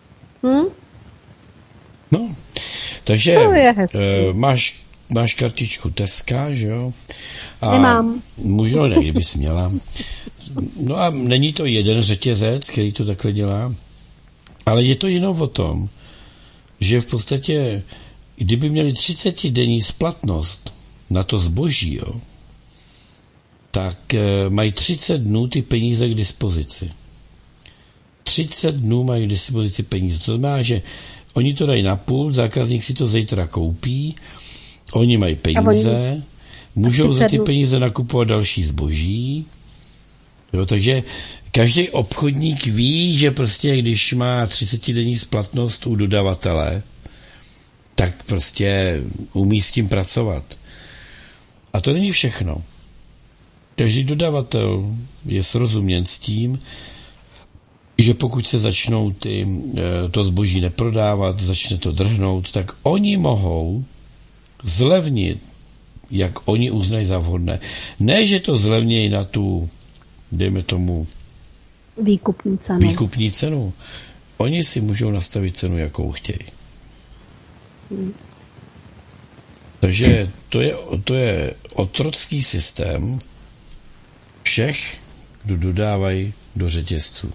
No, takže máš kartičku Teska, že jo? Nemám. Možná ne, kdybys měla. No a není to jeden řetězec, který to takhle dělá, ale je to jenom o tom, že v podstatě, kdyby měli 30denní splatnost na to zboží, jo, tak mají 30 dnů ty peníze k dispozici. 30 dnů mají k dispozici peníze. To znamená, že oni to dají na půl, zákazník si to zítra koupí, oni mají peníze, můžou za ty peníze nakupovat další zboží. Jo, takže každý obchodník ví, že prostě když má 30denní splatnost u dodavatele, tak prostě umí s tím pracovat. A to není všechno. Každý dodavatel je srozuměn s tím, že pokud se začnou to zboží neprodávat, začne to drhnout, tak oni mohou zlevnit, jak oni uznají za vhodné. Ne, že to zlevnějí na tu, dejme tomu, výkupní cenu. Oni si můžou nastavit cenu, jakou chtějí. Takže to je otrocký systém všech, kdo dodávají do řetězců.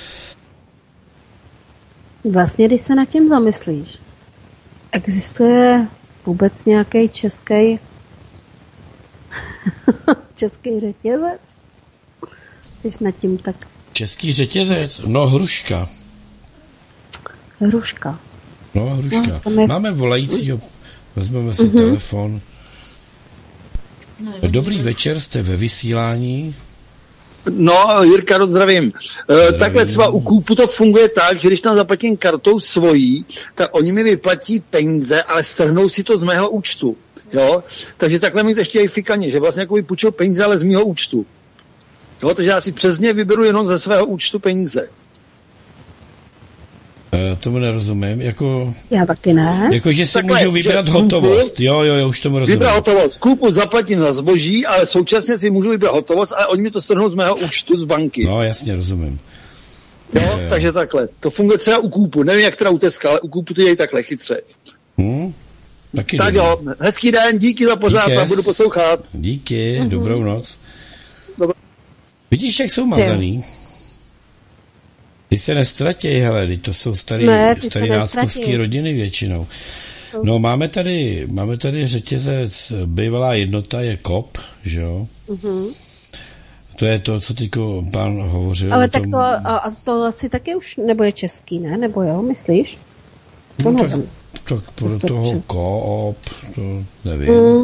Vlastně, když se nad tím zamyslíš, existuje vůbec nějaký český řetězec? Když nad tím tak... Český řetězec? No, Hruška. No, Máme volajícího, vezmeme si telefon. Dobrý večer, jste ve vysílání. No, Jirka, zdravím. Takhle třeba u Kůpu to funguje tak, že když tam zaplatím kartou svojí, tak oni mi vyplatí peníze, ale strhnou si to z mého účtu. Jo? Takže takhle mi to ještě i fikaně, že vlastně jako vypůjčou peníze, ale z mého účtu. Jo? Takže já si přes ně vyberu jenom ze svého účtu peníze. Tomu nerozumím. Já taky ne. Že si takhle, můžu vybrat hotovost. Jo, už tomu rozumím. Vybrat hotovost. Kůpu zaplatím za zboží, ale současně si můžu vybrat hotovost, ale oni mi to strhnou z mého účtu z banky. No, jasně, rozumím. Jo, takže takhle. To funguje třeba u Kůpu. Nevím, jak teda u Teska, ale u Kůpu to dějí takhle chytře. Taky tak dobrý. Jo, hezký den, díky za pořád a budu poslouchat. Díky, dobrou noc. Vidíš, jak jsou mazaný? Ty se nestratí, hele, to jsou starý náskovský rodiny většinou. No, máme tady řetězec, bývalá jednota je KOP, že jo? To je to, co teďko pán hovořil. Ale tak to asi taky už nebude český, ne? Nebo jo, myslíš? Tak podle toho KOP, to nevím.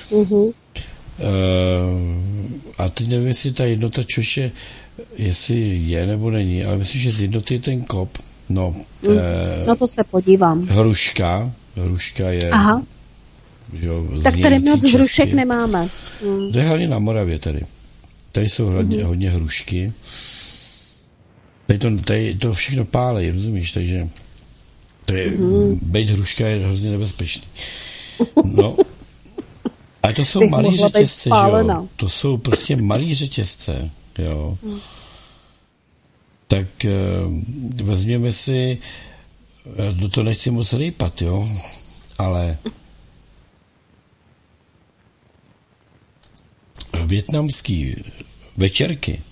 A teď nevím, jestli ta jednota čoče, jestli je nebo není, ale myslím, že z jednoty je ten KOP. No to se podívám. Hruška je... Aha. Jo, tak tady moc hrušek nemáme. To je hlavně na Moravě tady. Tady jsou hodně hrušky. Tady to všechno pálej, rozumíš? Takže bejt hruška je hrozně nebezpečný. No. A to jsou malý řetězce, že jo? To jsou prostě malý řetězce, jo? Tak vezměme si, to nechci moc rýpat, jo? Ale vietnamský večerky.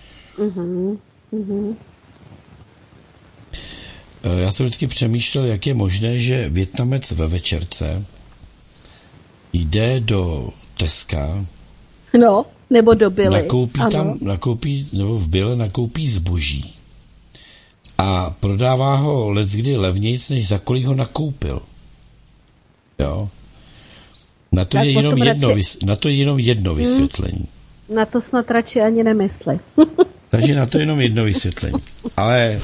Já jsem vždycky přemýšlel, jak je možné, že Vietnamec ve večerce jde do Teska, nebo do Bily. Nakoupí zboží a prodává ho leckdy levnějc, než za kolik ho nakoupil. Jo. Na to je jenom jedno vysvětlení. Na to snad radši ani nemysli. Takže na to jenom jedno vysvětlení. Ale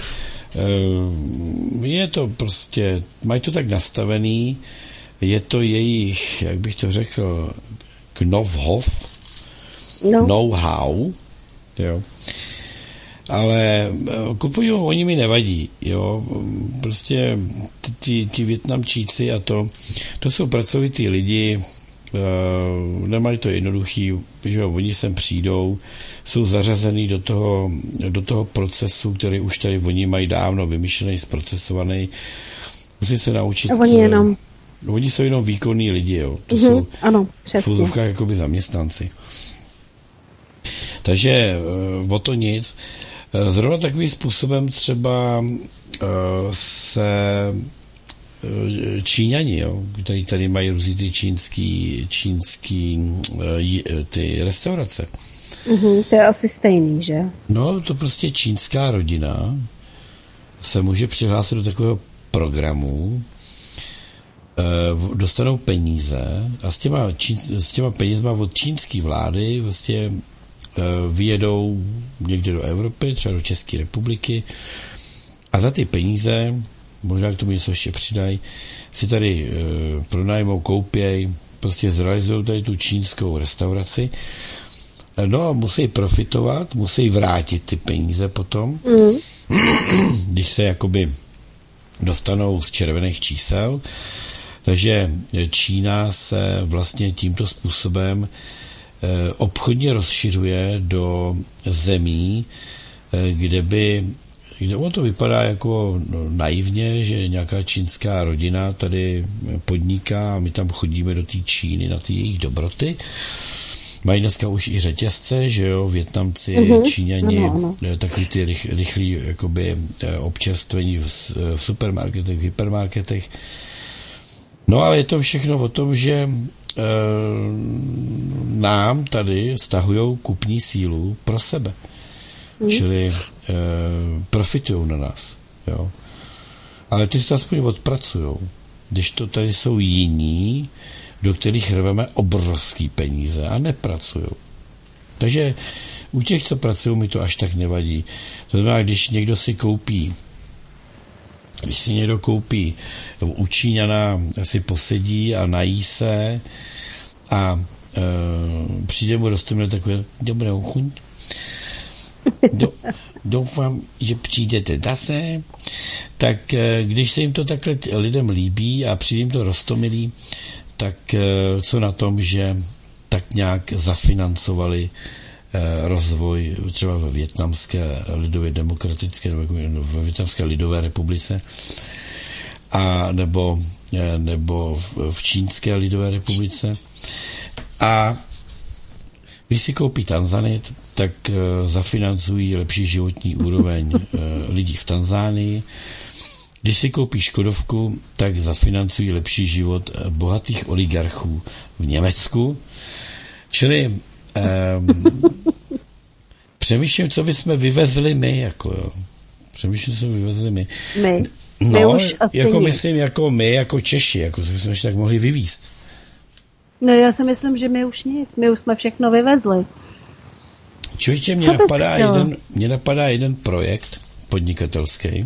je to prostě, mají to tak nastavený, je to jejich, jak bych to řekl, know-how, jo. Ale kupují, oni mi nevadí, jo, prostě ti Vietnamčíci a to jsou pracovitý lidi, nemají to jednoduchý, že oni sem přijdou, jsou zařazený do toho procesu, který už tady oni mají dávno vymyšlený, zprocesovaný, musí se naučit. Oni jsou jenom výkonní lidi, jo, to jsou ano, přesně. v úzovkách jakoby zaměstnanci. Takže o to nic. Zrovna takovým způsobem třeba se Číňani, jo, který tady mají různý ty čínský ty restaurace. To je asi stejný, že? No, to prostě čínská rodina se může přihlásit do takového programu, dostanou peníze a s těma penězma od čínské vlády vlastně vyjedou někde do Evropy, třeba do České republiky a za ty peníze, možná k tomu něco ještě přidají, si tady pronajmou, koupěj, prostě zrealizují tady tu čínskou restauraci. No a musí profitovat, musí vrátit ty peníze potom, když se jakoby dostanou z červených čísel. Takže Čína se vlastně tímto způsobem obchodně rozšiřuje do zemí, kde ono to vypadá jako naivně, že nějaká čínská rodina tady podniká a my tam chodíme do té Číny na ty jejich dobroty. Mají dneska už i řetězce, že jo, Vietnamci, Číňani, takový ty rychlý jakoby občerstvení v supermarketech, v hypermarketech. No ale je to všechno o tom, že nám tady stahujou kupní sílu pro sebe. Čili profitují na nás. Jo. Ale ty se aspoň odpracujou. Když to tady jsou jiní, do kterých rveme obrovský peníze a nepracují. Takže u těch, co pracují, mi to až tak nevadí. To znamená, když někdo si koupí, u Číňana si posedí a nají se a přijde mu dostane takové dobrou chuť. Doufám, že přijdete zase. Tak když se jim to takhle lidem líbí a přijde jim to roztomilý, tak co na tom, že tak nějak zafinancovali rozvoj třeba ve Vietnamské lidově demokratické nebo ve Vietnamské lidové republice a nebo v Čínské lidové republice. A když si koupí Tanzanit, tak zafinancují lepší životní úroveň lidí v Tanzánii. Když si koupí Škodovku, tak zafinancují lepší život bohatých oligarchů v Německu. Čili přemýšlím, co bychom vyvezli my, My už asi jako nic. myslím, jako my, jako Češi, jako co bychom ještě tak mohli vyvízt. No já si myslím, že my už nic. My už jsme všechno vyvezli. Člověče, mě napadá jeden projekt podnikatelský.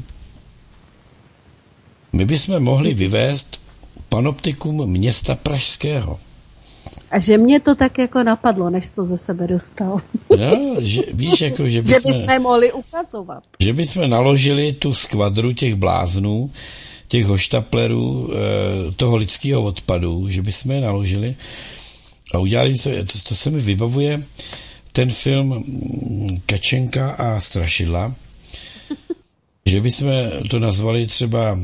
My bychom mohli vyvést panoptikum města pražského. A že mě to tak jako napadlo, než to ze sebe dostal. No, víš, jako, že bychom mohli ukazovat. Že bychom naložili tu skvadru těch bláznů, těch hoštaplerů, toho lidského odpadu, že bychom je naložili a udělali to se mi vybavuje ten film Kačenka a strašidla, že bychom to nazvali třeba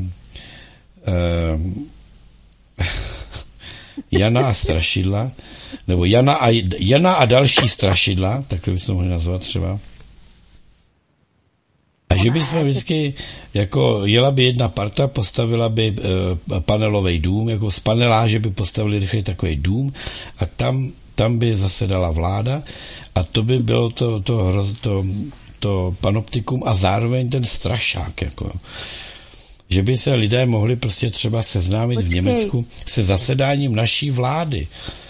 Jana a strašidla, nebo Jana a další strašidla, takhle bychom mohli nazvat třeba. A že bychom vždycky, jako jela by jedna parta, postavila by panelový dům, jako z paneláže by postavili rychle takový dům a tam by zasedala vláda a to by bylo to panoptikum a zároveň ten strašák, jako. Že by se lidé mohli prostě třeba seznámit v Německu se zasedáním naší vlády.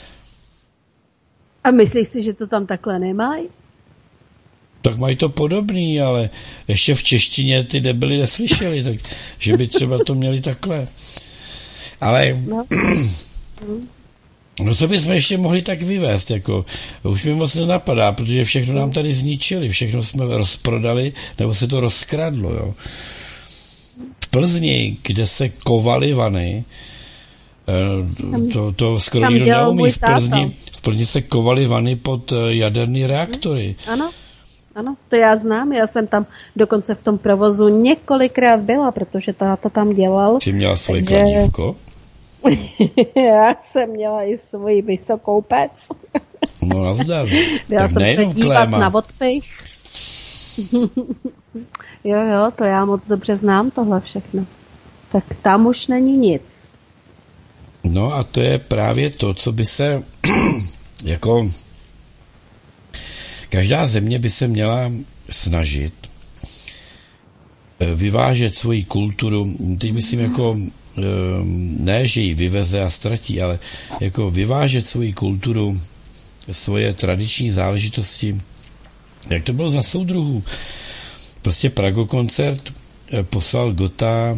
A myslíš si, že to tam takhle nemají? Tak mají to podobný, ale ještě v češtině ty debily neslyšeli, tak že by třeba to měli takhle. Ale No co bychom ještě mohli tak vyvést, jako, už mi moc nenapadá, protože všechno nám tady zničili, všechno jsme rozprodali, nebo se to rozkradlo, jo. V Plzni, kde se kovaly vany, to skoro nikdo neumí, v Plzni se kovaly vany pod jaderný reaktory. Ano, to já znám, já jsem tam dokonce v tom provozu několikrát byla, protože táta tam dělal. Jsi měla svoje kladívko? Já jsem měla i svoji vysokou pec. No nazdar. Byla jsem se dívat na odpych. Jo, to já moc dobře znám tohle všechno. Tak tam už není nic. No a to je právě to, co by se jako každá země by se měla snažit vyvážet svoji kulturu, teď myslím jako ne, že ji vyveze a ztratí, ale jako vyvážet svoji kulturu, svoje tradiční záležitosti. Jak to bylo za soudruhů? Prostě Pragokoncert poslal Gotta,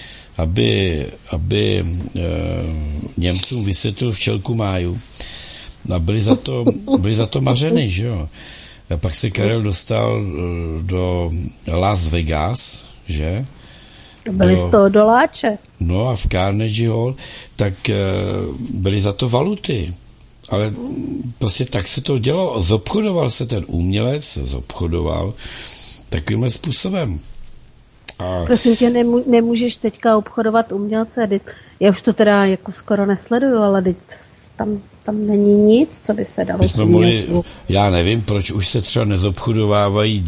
aby Němcům vysvětlil včelku máju. A byli za to mařeny, že jo? A pak se Karel dostal do Las Vegas, že? Byli z toho doláče. No a v Carnegie Hall, tak byly za to valuty. Ale prostě tak se to dělo. Zobchodoval se ten umělec, takovýmhle způsobem. A prosím tě, nemůžeš teďka obchodovat umělce. Já už to teda jako skoro nesleduju, ale tam není nic, co by se dalo. Já nevím, proč už se třeba nezobchodovávají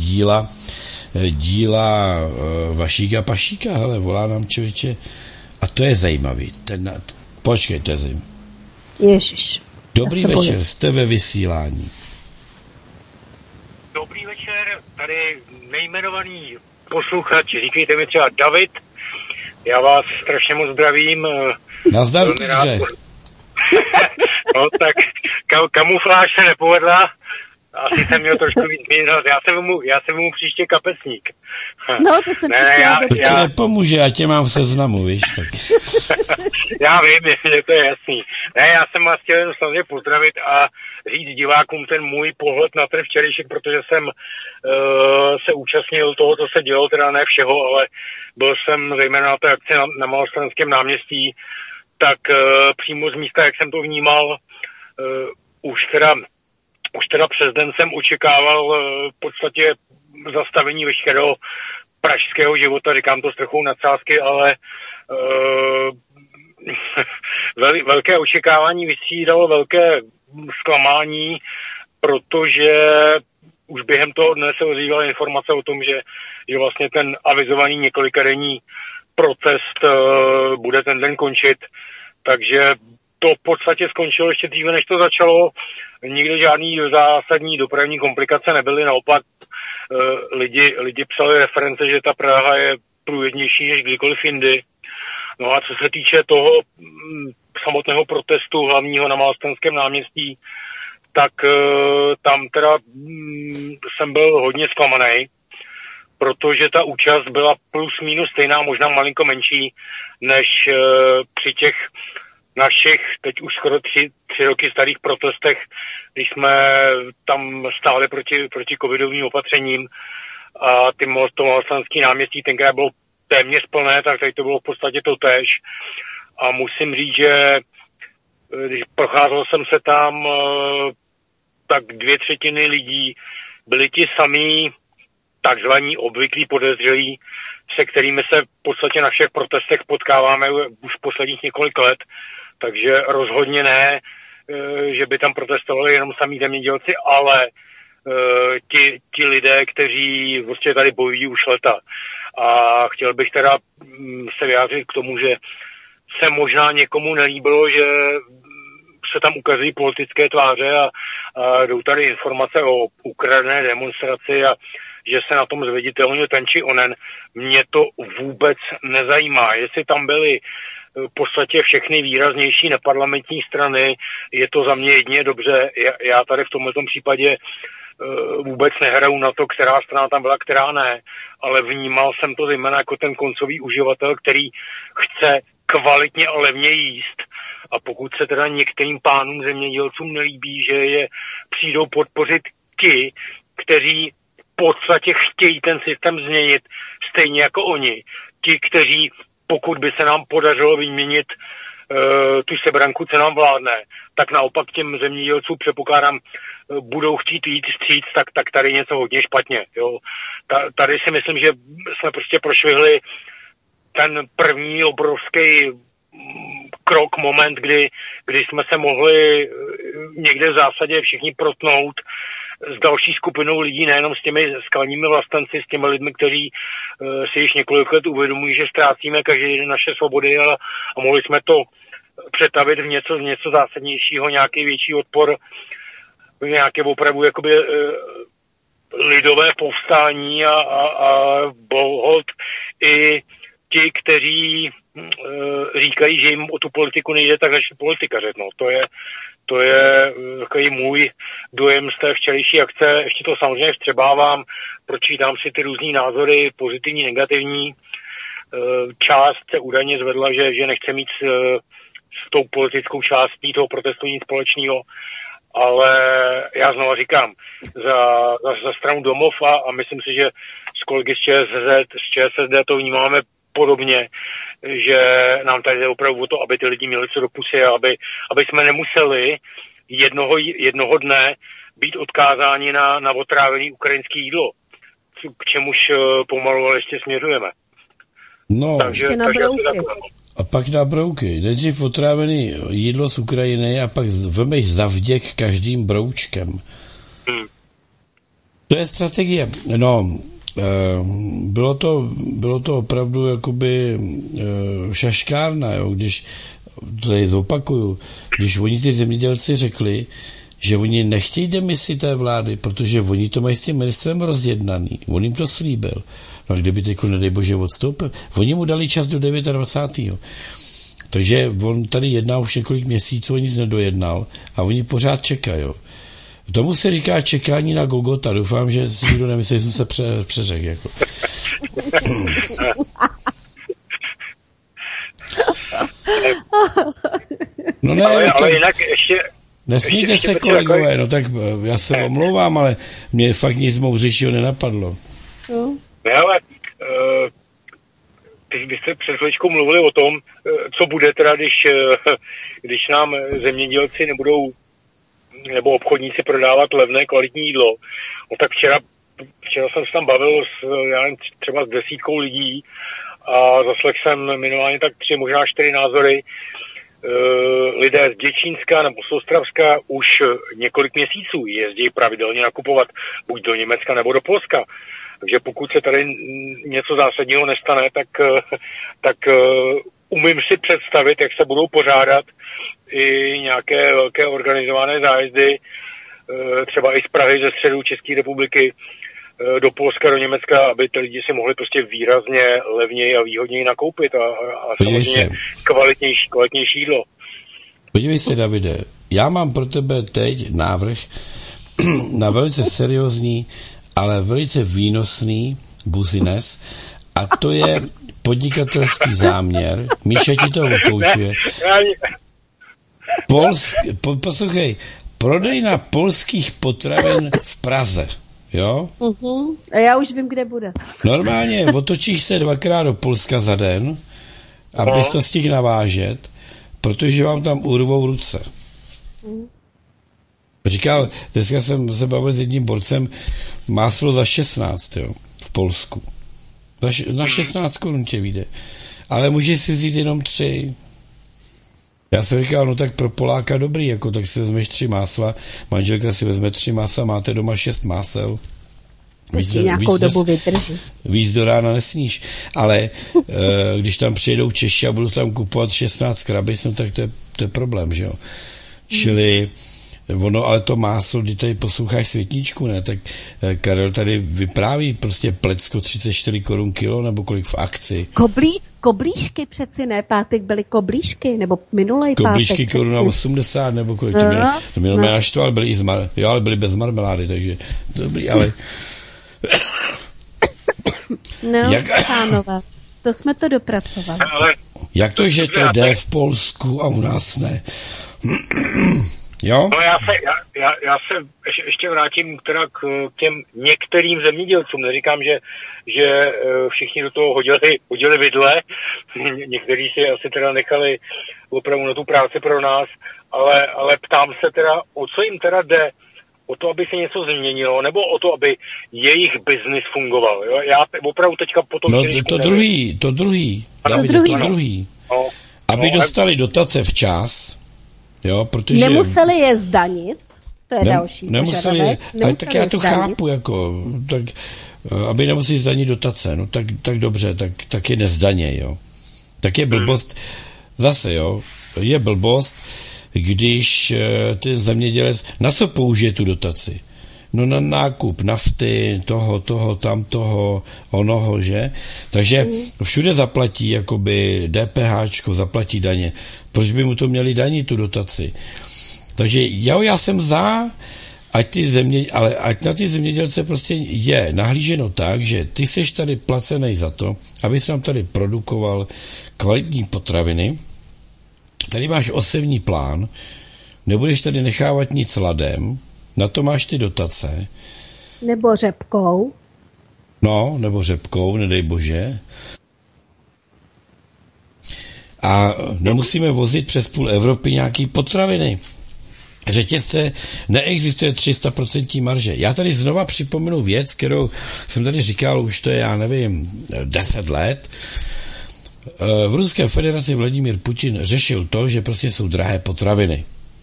díla Vašíka Pašíka, hele, volá nám člověče. A to je zajímavý. Počkej, to je zajímavý. Ježiš. Dobrý večer, jste ve vysílání. Dobrý večer, tady nejmenovaný posluchač, říkejte mi třeba David. Já vás strašně moc zdravím. Nazdar, Igře. No tak kamufláž se nepovedla. Asi jsem měl trošku víc změnit. Já se vemu příště kapesník. No, to jsem to ti nepomůže, já tě mám v seznamu, víš, tak. Já vím, že to je jasný. Ne, já jsem vás chtěl samozřejmě pozdravit a říct divákům ten můj pohled na ten včerejšek, protože jsem se účastnil toho, co se dělo, teda ne všeho, ale byl jsem zejména na té akci na Malostranském náměstí, tak přímo z místa, jak jsem to vnímal, už teda přes den jsem očekával v podstatě zastavení veškerého pražského života, říkám to s trochou nadsázky, ale velké očekávání vystřídalo velké zklamání, protože už během toho dne se ozývala informace o tom, že vlastně ten avizovaný několikadenní protest bude ten den končit, takže to v podstatě skončilo ještě dříve, než to začalo. Nikdy žádný zásadní dopravní komplikace nebyly, naopak lidi psali reference, že ta Praha je průjezdnější než kdykoliv jindy. No a co se týče toho samotného protestu hlavního na Malostranském náměstí, tak tam teda jsem byl hodně zklamaný, protože ta účast byla plus minus stejná, možná malinko menší, než při těch našich teď už skoro tři roky starých protestech, když jsme tam stáli proti covidovým opatřením a to Malostranské náměstí tenkrát bylo téměř plné, tak tady to bylo v podstatě totéž. A musím říct, že když procházel jsem se tam, tak 2/3 lidí byli ti samí takzvaní obvyklí podezřelí, se kterými se v podstatě na všech protestech potkáváme už posledních několik let. Takže rozhodně ne, že by tam protestovali jenom samí zemědělci, ale ti lidé, kteří vlastně tady bojují už leta. A chtěl bych teda se vyjádřit k tomu, že se možná někomu nelíbilo, že se tam ukazují politické tváře a jdou tady informace o ukradené demonstraci a že se na tom zviditelně ten či onen. Mě to vůbec nezajímá. Jestli tam byly v podstatě všechny výraznější neparlamentní strany, je to za mě jedině dobře. Já tady v tomto případě vůbec nehraju na to, která strana tam byla, která ne, ale vnímal jsem to zejména jako ten koncový uživatel, který chce kvalitně a levně jíst A pokud se teda některým pánům zemědělcům nelíbí, že je přijdou podpořit ti, kteří v podstatě chtějí ten systém změnit stejně jako oni. Ti, kteří, pokud by se nám podařilo vyměnit tu sebranku, co nám vládne, tak naopak těm zemědělcům předpokládám, budou chtít jít vstříc, tak tady něco hodně špatně. Jo. Tady si myslím, že jsme prostě prošvihli ten první obrovský moment, kdy jsme se mohli někde v zásadě všichni protnout s další skupinou lidí, nejenom s těmi skalními vlastenci, s těmi lidmi, kteří si již několik let uvědomují, že ztrácíme každý den naše svobody a mohli jsme to přetavit v něco zásadnějšího, nějaký větší odpor, nějaké opravdu jakoby lidové povstání a bohot i ti, kteří říkají, že jim o tu politiku nejde, tak začne politikařit. No. To je takový můj dojem z té včerejší akce. Ještě to samozřejmě vstřebávám, pročítám si ty různý názory, pozitivní, negativní. Část se údajně zvedla, že nechce mít s tou politickou částí toho protestu nic společného. Ale já znovu říkám, za stranu Domov a myslím si, že s kolegy z ČSSD to vnímáme podobně, že nám tady jde opravdu o to, aby ty lidi měli co do pusy a aby jsme nemuseli jednoho dne být odkázáni na otrávený ukrajinský jídlo, k čemuž pomalu ale ještě směřujeme. No, takže a pak na brouky. Nejdřív otrávený jídlo z Ukrajiny a pak vemeš zavděk každým broučkem. To je strategie. No, bylo to opravdu jakoby šaškárna, jo, když, tady zopakuju, když oni ty zemědělci řekli, že oni nechtějí demisi té vlády, protože oni to mají s tím ministrem rozjednaný. On jim to slíbil. No a kdyby teď, nedej bože, odstoupil. Oni mu dali čas do 29. Takže on tady jedná už několik měsíců, nic nedojednal a oni pořád čekají. Tomu se říká čekání na Golgota. Doufám, že si nikdo nemyslí, že jsem se přeřekl. Jako. No ne, ale jinak ještě... Nesmíte se, kolegové, no tak já se omlouvám, ale mě fakt nic mou řečího nenapadlo. Ne, ale vy jste před chvíličkou mluvili o tom, co bude teda, když nám zemědělci nebudou nebo obchodníci prodávat levné kvalitní jídlo. No tak včera jsem se tam bavil třeba s 10 lidí a zaslechl jsem minimálně tak 3, možná 4 názory. Lidé z Děčínska nebo z Ostravska už několik měsíců jezdí pravidelně nakupovat buď do Německa nebo do Polska. Takže pokud se tady něco zásadního nestane, tak umím si představit, jak se budou pořádat i nějaké velké organizované zájezdy, třeba i z Prahy, ze středu České republiky, do Polska, do Německa, aby ty lidi si mohli prostě výrazně levněji a výhodněji nakoupit a samozřejmě kvalitnější jídlo. Podívej se, Davide, já mám pro tebe teď návrh na velice seriózní, ale velice výnosný business a to je podnikatelský záměr. Míša ti to ukoučuje. Poslouchej, prodejna polských potravin v Praze. Jo? A já už vím, kde bude. Normálně otočíš se 2krát do Polska za den, abys to stihl navážet, protože vám tam urvou ruce. Říkal, dneska jsem se bavil s jedním borcem, máslo za 16, jo, v Polsku. Na 16 korun tě vyjde. Ale můžeš si vzít jenom 3. Já jsem říkal, no tak pro Poláka dobrý, jako tak si vezmeš 3 másla, manželka si vezme 3 másla, máte doma 6 másel. Víc do rána nesníš. Ale když tam přijedou Češi a budou tam kupovat 16 krabic, no tak to je problém, že jo. Čili ono, ale to máslo, když tady posloucháš Světničku, ne, tak Karel tady vypráví prostě plecko 34 korun kilo, nebo kolik v akci. Koblížky přeci, ne, pátek byly koblížky, nebo minulej pátek. Koblížky koruna 80, nebo kolik to mě naštval, ale byly bez marmelády, takže dobrý, ale... No, pánové, to jsme to dopracovali. Ale Jak to, že to jde v Polsku a u nás ne? Jo? No já se ještě vrátím teda k těm některým zemědělcům. Neříkám, že všichni do toho hodili vidle. Někteří si asi teda nechali opravdu na tu práci pro nás, ale ptám se teda, o co jim teda jde? O to, aby se něco změnilo, nebo o to, aby jejich biznis fungoval. Jo? Já opravdu teďka potom... No to druhý. No, aby dostali dotace včas, jo, protože... Nemuseli je zdanit, to je další požadavek. Ale tak já to chápu, jako, tak, aby nemuseli zdanit dotace, no tak dobře, tak je nezdaně, jo. Tak je blbost, zase, jo, je blbost, když ten zemědělec, na co použije tu dotaci? No na nákup nafty, toho, tamtoho, onoho, že? Takže všude zaplatí jakoby DPHčko, zaplatí daně. Proč by mu to měli danit, tu dotaci? Takže já jsem za, ale ať na ty zemědělce prostě je nahlíženo tak, že ty seš tady placenej za to, aby jsi nám tady produkoval kvalitní potraviny. Tady máš osevní plán, nebudeš tady nechávat nic ladem, na to máš ty dotace. Nebo řepkou. No, nebo řepkou, nedej bože. A nemusíme vozit přes půl Evropy nějaký potraviny. Řetězce neexistuje 300% marže. Já tady znova připomenu věc, kterou jsem tady říkal, už to je, 10 let. V Ruské federaci Vladimír Putin řešil to, že prostě jsou drahé potraviny.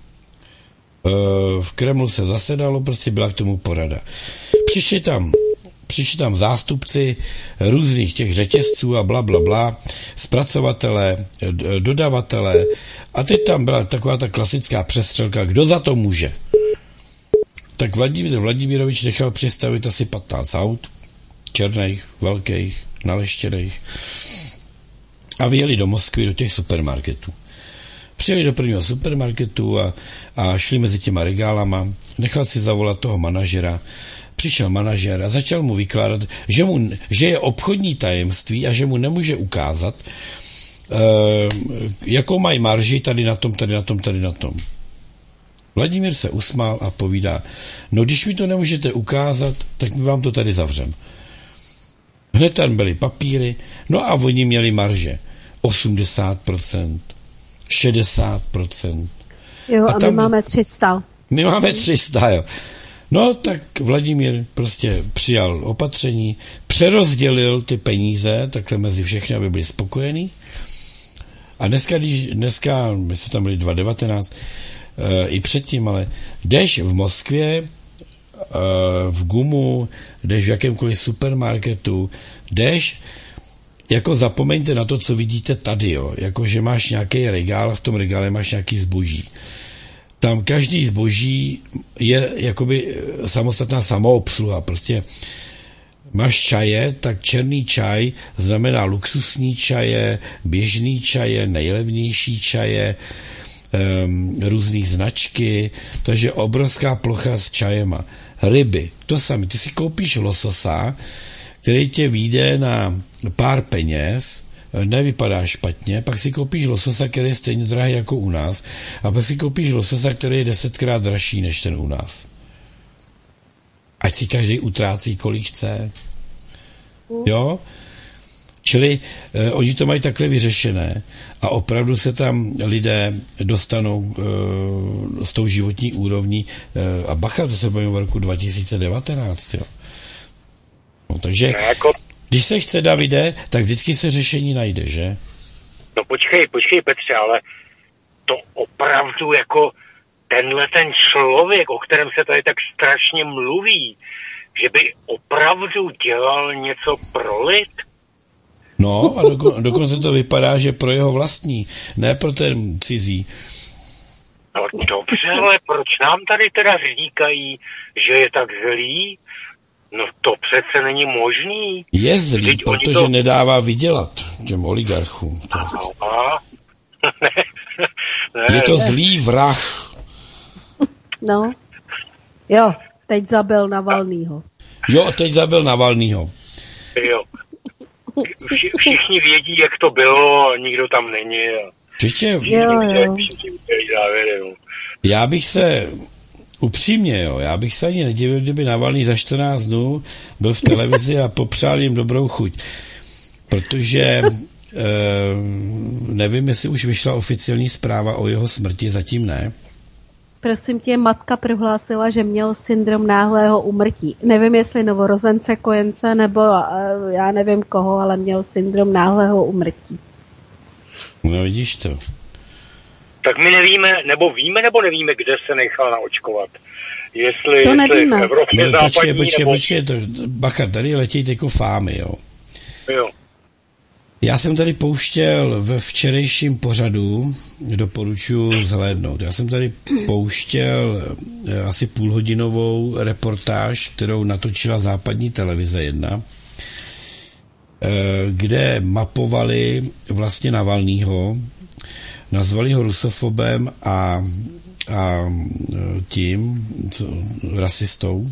V Kremlu se zasedalo, prostě byla k tomu porada. Přišli tam zástupci různých těch řetězců a blablabla, zpracovatele, dodavatele a teď tam byla taková ta klasická přestřelka, kdo za to může. Tak Vladimirovič nechal přistavit asi 15 aut, černých, velkých, naleštěných a vyjeli do Moskvy, do těch supermarketů. Přijeli do prvního supermarketu a šli mezi těma regálama, nechal si zavolat toho manažera, přišel manažer a začal mu vykládat, že je obchodní tajemství a že mu nemůže ukázat, jakou mají marži tady na tom. Vladimír se usmál a povídá, no když mi to nemůžete ukázat, tak my vám to tady zavřem. Hned tam byly papíry, no a oni měli marže 80%, 60%. Jo, a my máme 300. My máme 300, jo. No, tak Vladimír prostě přijal opatření, přerozdělil ty peníze takhle mezi všechny, aby byli spokojení. A dneska, my jsme tam byli 2019, i předtím, ale jdeš v Moskvě, v GUMu, jdeš v jakémkoliv supermarketu, jdeš, jako zapomeňte na to, co vidíte tady, jo. Jako, že máš nějaký regál a v tom regále máš nějaký zboží. Tam každý zboží je jakoby samostatná samoobsluha. Prostě máš čaje, tak černý čaj znamená luxusní čaje, běžný čaje, nejlevnější čaje, různý značky, takže obrovská plocha s čajema. Ryby, to samé. Ty si koupíš lososa, který tě vyjde na pár peněz, nevypadá špatně, pak si koupíš lososa, který je stejně drahý jako u nás, a pak si koupíš lososa, který je 10krát dražší než ten u nás. Ať si každý utrácí, kolik chce. Jo? Čili oni to mají takhle vyřešené a opravdu se tam lidé dostanou s tou životní úrovní a bacha, to se bavíme v roku 2019. Jo? No, takže když se chce, Davide, tak vždycky se řešení najde, že? No počkej Petře, ale to opravdu jako tenhle ten člověk, o kterém se tady tak strašně mluví, že by opravdu dělal něco pro lid? No a dokonce to vypadá, že pro jeho vlastní, ne pro ten cizí. No dobře, ale proč nám tady teda říkají, že je tak zlý? No to přece není možný. Je zlý, protože nedává vydělat těm oligarchům. Je to zlý vrah. No. Jo, teď zabil Navalnýho. Jo. všichni vědí, jak to bylo, nikdo tam není. Já bych se upřímně, já bych se ani nedivil, kdyby Navalný za 14 dnů byl v televizi a popřál jim dobrou chuť. Protože nevím, jestli už vyšla oficiální zpráva o jeho smrti, zatím ne. Prosím tě, matka prohlásila, že měl syndrom náhlého úmrtí. Nevím, jestli novorozence, kojence, nebo já nevím koho, ale měl syndrom náhlého úmrtí. No vidíš to. Tak my nevíme, nebo nevíme, kde se nechal naočkovat. Jestli to nevíme. V Evropě západní, počkej, bacha, tady letí jako fámy, jo. Já jsem tady pouštěl ve včerejším pořadu, doporučuji zhlédnout. Já jsem tady pouštěl asi půlhodinovou reportáž, kterou natočila západní televize jedna, kde mapovali vlastně Navalnýho, nazvali ho rusofobem a tím rasistou.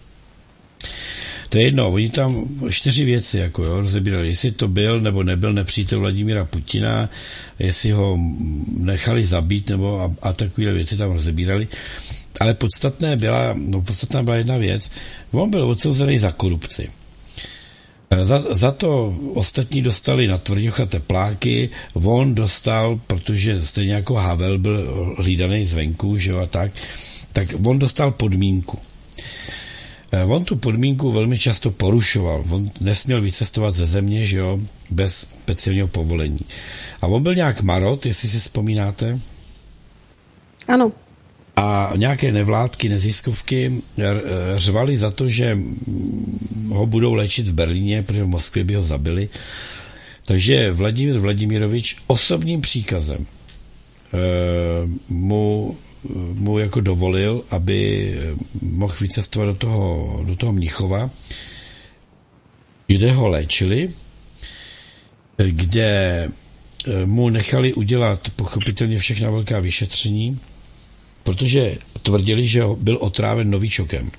To je jedno, oni tam 4 věci rozebírali, jestli to byl nebo nebyl nepřítel Vladimíra Putina, jestli ho nechali zabít nebo a takové věci tam rozebírali. Ale podstatná byla jedna věc. On byl odsouzený za korupci. Za to ostatní dostali na tvrďocha tepláky, on dostal, protože stejně jako Havel byl hlídaný zvenku, že jo, a tak on dostal podmínku. On tu podmínku velmi často porušoval. On nesměl vycestovat ze země, že jo, bez speciálního povolení. A on byl nějak marot, jestli si vzpomínáte? Ano. A nějaké nevládky, neziskovky řvali za to, že ho budou léčit v Berlíně, protože v Moskvě by ho zabili. Takže Vladimír Vladimirovič osobním příkazem mu jako dovolil, aby mohl vycestovat do toho Mnichova, kde ho léčili, kde mu nechali udělat pochopitelně všechna velká vyšetření, protože tvrdili, že byl otráven novičokem.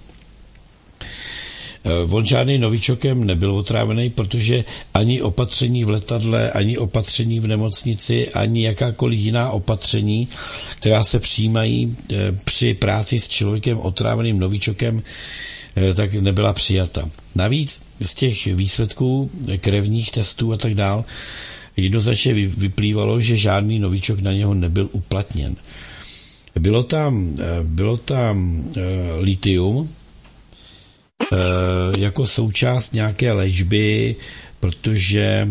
On žádný novičokem nebyl otrávený, protože ani opatření v letadle, ani opatření v nemocnici, ani jakákoliv jiná opatření, která se přijímají při práci s člověkem otráveným novičokem, tak nebyla přijata. Navíc z těch výsledků krevních testů a tak dál jednoznačně vyplývalo, že žádný novičok na něho nebyl uplatněn. Bylo tam litium jako součást nějaké léčby, protože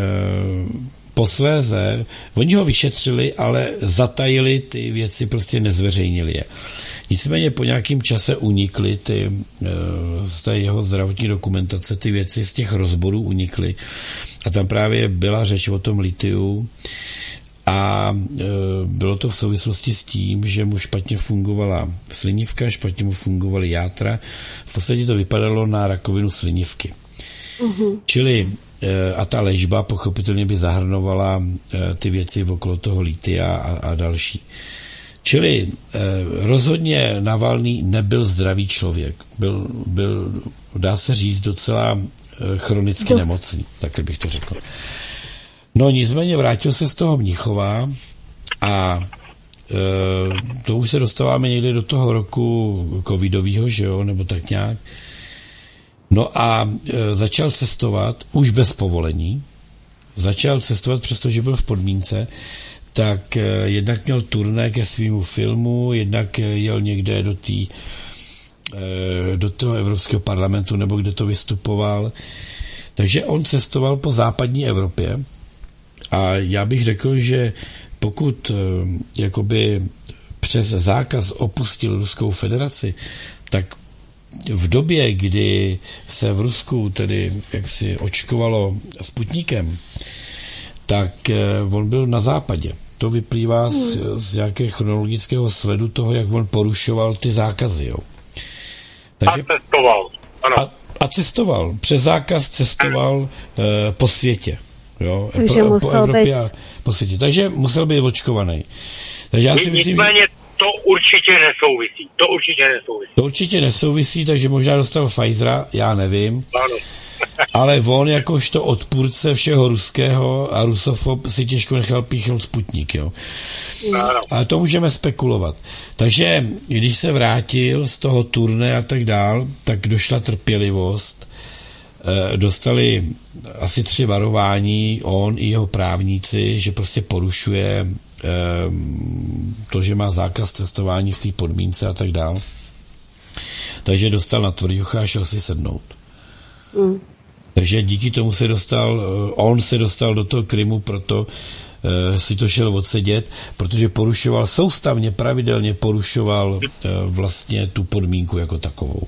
posléze oni ho vyšetřili, ale zatajili ty věci, prostě nezveřejnili je. Nicméně po nějakém čase unikly z té jeho zdravotní dokumentace, ty věci z těch rozborů unikly a tam právě byla řeč o tom litiu a bylo to v souvislosti s tím, že mu špatně fungovala slinivka, špatně mu fungovaly játra, v podstatě to vypadalo na rakovinu slinivky. Čili a ta léčba pochopitelně by zahrnovala ty věci okolo toho litia a další. Čili rozhodně Navalný nebyl zdravý člověk. Byl dá se říct, docela chronicky nemocný, takhle bych to řekl. No nicméně vrátil se z toho Mnichova a to už se dostáváme někde do toho roku covidového, že jo, nebo tak nějak. No a začal cestovat už bez povolení. Začal cestovat, přestože byl v podmínce, tak jednak měl turné ke svýmu filmu, jednak jel někde do toho Evropského parlamentu, nebo kde to vystupoval. Takže on cestoval po západní Evropě a já bych řekl, že pokud jakoby přes zákaz opustil Ruskou federaci, tak v době, kdy se v Rusku tedy jaksi očkovalo Sputnikem, tak on byl na západě. To vyplývá z nějakého chronologického sledu toho, jak on porušoval ty zákazy. Jo. Takže, a cestoval. Ano. A cestoval. Přes zákaz cestoval po světě. Jo. Po Evropě a po světě. Takže musel být očkovaný. Takže já si myslím, nicméně to To určitě nesouvisí, takže možná dostal Pfizera, já nevím. Ano. Ale on jakožto odpůrce všeho ruského a rusofob si těžko nechal píchnout Sputnik, jo. Ano. Ale to můžeme spekulovat. Takže když se vrátil z toho turné a tak dál, tak došla trpělivost. Dostali asi 3 varování, on i jeho právníci, že prostě porušuje to, že má zákaz cestování v té podmínce a tak dál. Takže dostal na tvrdýcha a šel si sednout. Takže díky tomu on se dostal do toho Krymu, proto si to šel odsedět, protože soustavně, pravidelně porušoval vlastně tu podmínku jako takovou.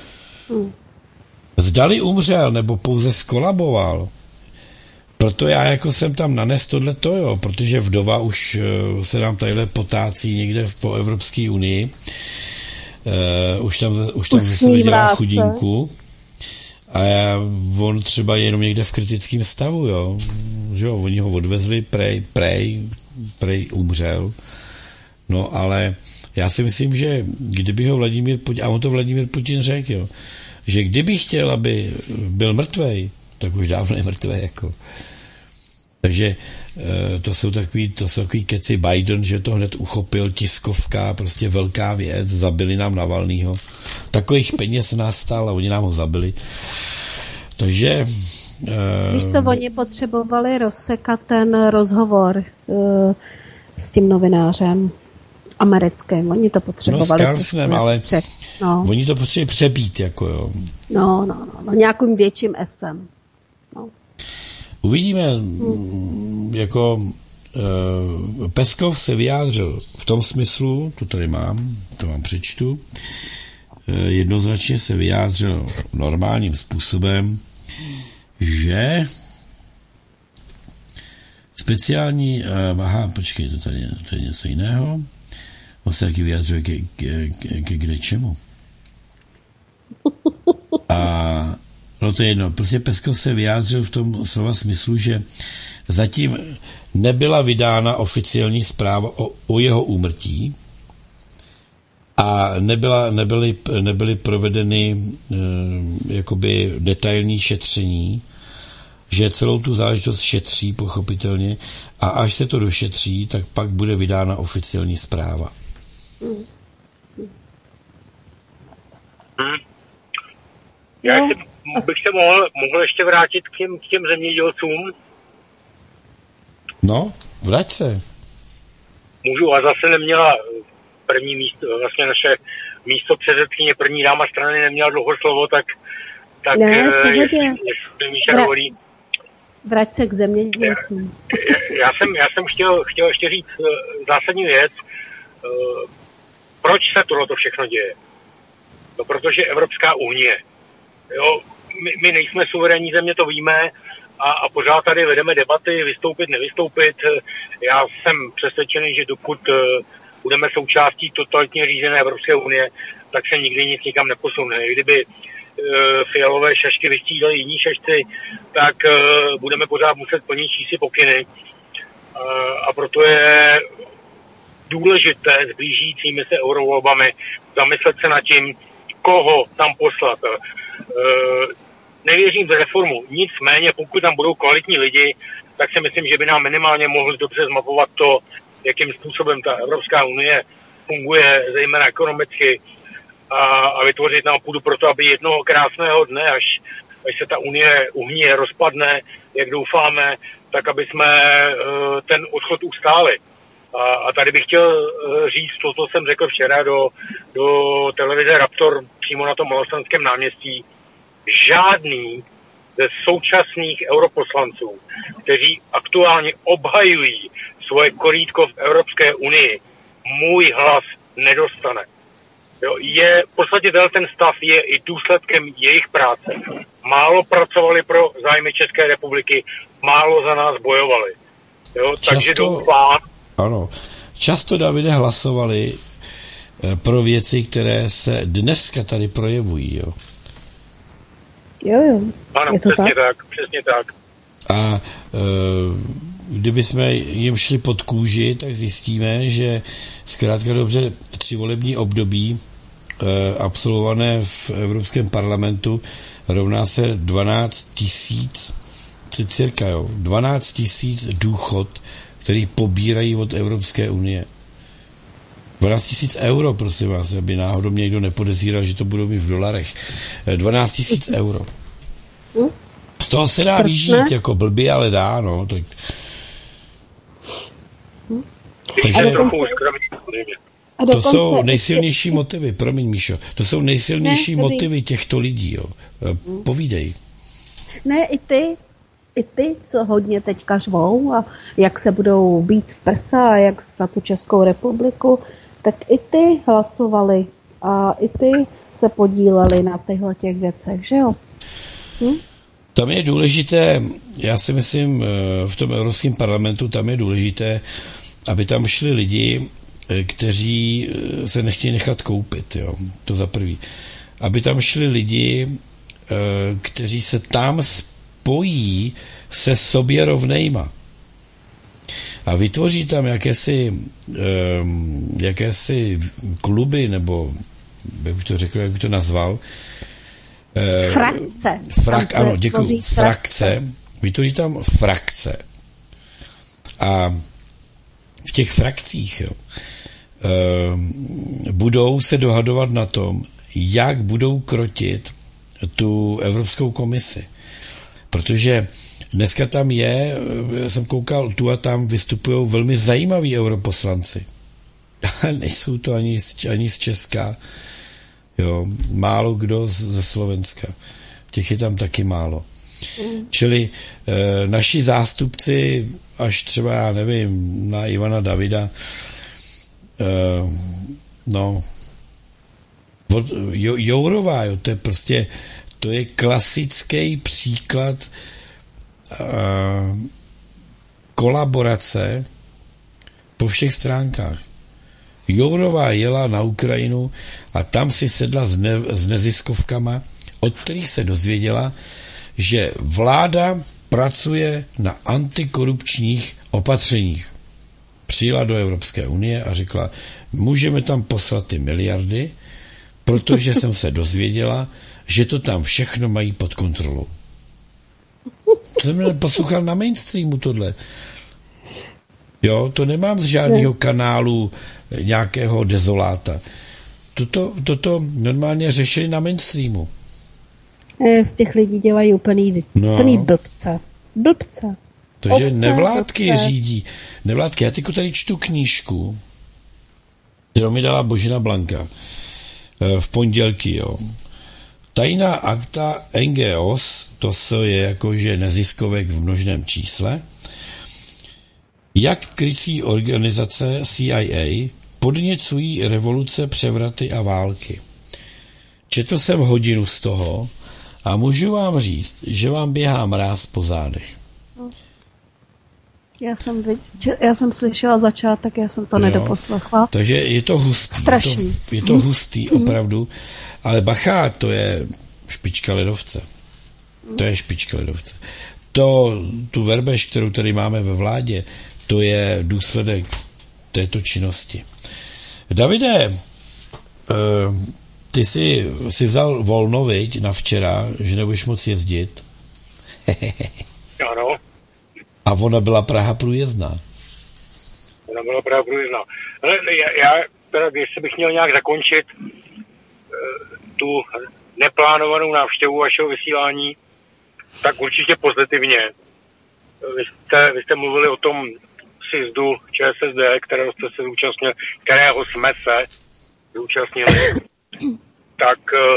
Zdali umřel, nebo pouze skolaboval. Proto já jako jsem tam nanes tohleto, jo, protože vdova už se nám tadyhle potácí někde po Evropské unii. Už tam zase dělá chudinku. A on třeba je jenom někde v kritickém stavu, jo. Že jo, oni ho odvezli, prej umřel. No, ale já si myslím, že kdyby ho Vladimír Putin, a on to Vladimír Putin řekl, jo, že kdyby chtěl, aby byl mrtvej, tak už dávno je mrtvej, jako. Takže to jsou takový keci. Biden, že to hned uchopil, tiskovka, prostě velká věc, zabili nám Navalnýho. Takových peněz nás stál a oni nám ho zabili. Takže... Víš co, oni potřebovali rozsekat ten rozhovor s tím novinářem americkým. Oni to potřebovali. No s Carlsonem, ale oni to potřebovali přebít, jako jo. No, nějakým větším esem. No. Uvidíme, jako Peskov se vyjádřil v tom smyslu, to tady mám, to vám přečtu, jednoznačně se vyjádřil normálním způsobem, že speciální, počkej, to tady je něco jiného, on se taky vyjádřil ke kde čemu. A no to je jedno, prostě Peskov se vyjádřil v tom slova smyslu, že zatím nebyla vydána oficiální zpráva o jeho úmrtí a nebyly provedeny jakoby detailní šetření, že celou tu záležitost šetří pochopitelně a až se to došetří, tak pak bude vydána oficiální zpráva. Já bych se mohl ještě vrátit k těm zemědělcům. No, vrať se. Můžu, a zase neměla první místo, vlastně naše místo předsedkyně, první dáma strany neměla dlouho slovo, tak jestli Míša dovolí. Vrať se k zemědělcům. Já jsem chtěl ještě říct zásadní věc. Proč se tohleto všechno děje? No, protože Evropská unie. Jo, my nejsme suverénní země, to víme, a pořád tady vedeme debaty, vystoupit, nevystoupit. Já jsem přesvědčený, že dokud budeme součástí totalitně řízené Evropské unie, tak se nikdy nic nikam neposune. Kdyby fialové šašky vystřídali jiní šašci, tak budeme pořád muset plnit čísi pokyny. A proto je důležité s blížícími se eurovolbami zamyslet se nad tím, koho tam poslat. Nevěřím v reformu, nicméně pokud tam budou kvalitní lidi, tak si myslím, že by nám minimálně mohli dobře zmapovat to, jakým způsobem ta Evropská unie funguje, zejména ekonomicky, a vytvořit nám půdu pro to, aby jednoho krásného dne, až se ta unie uhníje, rozpadne, jak doufáme, tak aby jsme ten odchod ustáli. A tady bych chtěl říct to, co jsem řekl včera do televize Raptor přímo na tom Malostranském náměstí. Žádný ze současných europoslanců, kteří aktuálně obhajují svoje korítko v Evropské unii, můj hlas nedostane. Jo, v podstatě ten stav je i důsledkem jejich práce. Málo pracovali pro zájmy České republiky, málo za nás bojovali. Jo, takže doufám. Ano. Často, Davide, hlasovali pro věci, které se dneska tady projevují, jo? Jo. Ano, přesně tak. A kdyby jsme jim šli pod kůži, tak zjistíme, že zkrátka dobře 3 volební období absolvované v Evropském parlamentu rovná se 12 000 důchod, který pobírají od Evropské unie. 12 000 euro, prosím vás, aby náhodou mě někdo nepodezíral, že to budou mít v dolarech. 12 000 euro. Z toho se dá vyžít, jako blbý, ale dá, no. Tak... Takže to jsou nejsilnější motivy, promiň, Míšo, to jsou nejsilnější motivy těchto lidí, jo. Povídej. Ne, i ty, co hodně teďka řvou a jak se budou bít v prsa a jak za tu Českou republiku, tak i ty hlasovali a i ty se podíleli na těchto těch věcech, že jo? Tam je důležité, já si myslím, v tom Evropském parlamentu tam je důležité, aby tam šli lidi, kteří se nechtějí nechat koupit, jo? To za prvý. Aby tam šli lidi, kteří se tam spojí se sobě rovnejma. A vytvoří tam jakési kluby, nebo jak bych to řekl, jak bych to nazval? Frakce. Ano, děkuji. Frakce. Vytvoří tam frakce. A v těch frakcích budou se dohadovat na tom, jak budou krotit tu Evropskou komisi. Protože dneska tam jsem koukal, tu a tam vystupují velmi zajímaví europoslanci. Ale nejsou to ani z Česka. Jo, málo kdo ze Slovenska. Těch je tam taky málo. Čili naši zástupci, až třeba, já nevím, na Ivana Davida, Jourová, jo, to je klasický příklad kolaborace po všech stránkách. Jourová jela na Ukrajinu a tam si sedla s neziskovkama, od kterých se dozvěděla, že vláda pracuje na antikorupčních opatřeních. Přijela do Evropské unie a řekla, můžeme tam poslat ty miliardy, protože jsem se dozvěděla, že to tam všechno mají pod kontrolou. To jsem poslouchal na mainstreamu tohle. Jo, to nemám z žádného kanálu nějakého dezoláta. Toto normálně řešili na mainstreamu. Z těch lidí dělají úplný blbce. Takže nevládky řídí. Nevládky. Já teďko tady čtu knížku, kterou mi dala Božena Blanka v pondělky, jo. Tajná akta NGOs, to je jakože neziskovek v množném čísle, jak krycí organizace CIA podněcují revoluce, převraty a války. Četl jsem hodinu z toho a můžu vám říct, že vám běhá mráz po zádech. Já jsem slyšela začátek, já jsem to nedoposlechla. Takže je to hustý. Strašný. Je to hustý, opravdu. Ale bacha, to je špička ledovce. Tu verbež, kterou tady máme ve vládě, to je důsledek této činnosti. Davide, ty jsi vzal volno, viď, na včera, že nebudeš moc jezdit. Ano. A ona byla Praha průjezdná. Ale já teda, jestli bych měl nějak zakončit tu neplánovanou návštěvu vašeho vysílání, tak určitě pozitivně. Vy jste mluvili o tom sjezdu ČSSD, kterého jsme se zúčastnili. Tak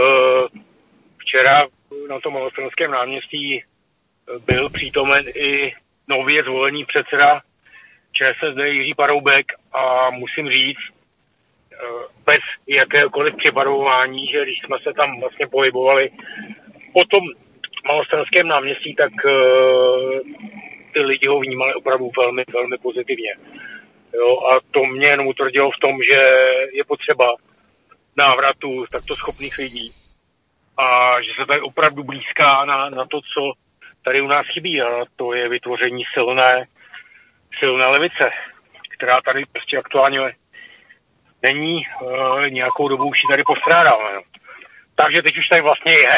včera na tom Malostranském náměstí byl přítomen i nově zvolený předseda ČSSD Jiří Paroubek a musím říct, bez jakéhokoliv přibarvování, že když jsme se tam vlastně pohybovali po tom Malostranském náměstí, tak ty lidi ho vnímali opravdu velmi, velmi pozitivně. Jo, a to mě jenom utvrdilo v tom, že je potřeba návratu takto schopných lidí a že se tady opravdu blízká na to, co tady u nás chybí, a to je vytvoření silné silné levice, která tady prostě aktuálně není, nějakou dobu už ji tady postrádáme. No. Takže teď už tady vlastně je.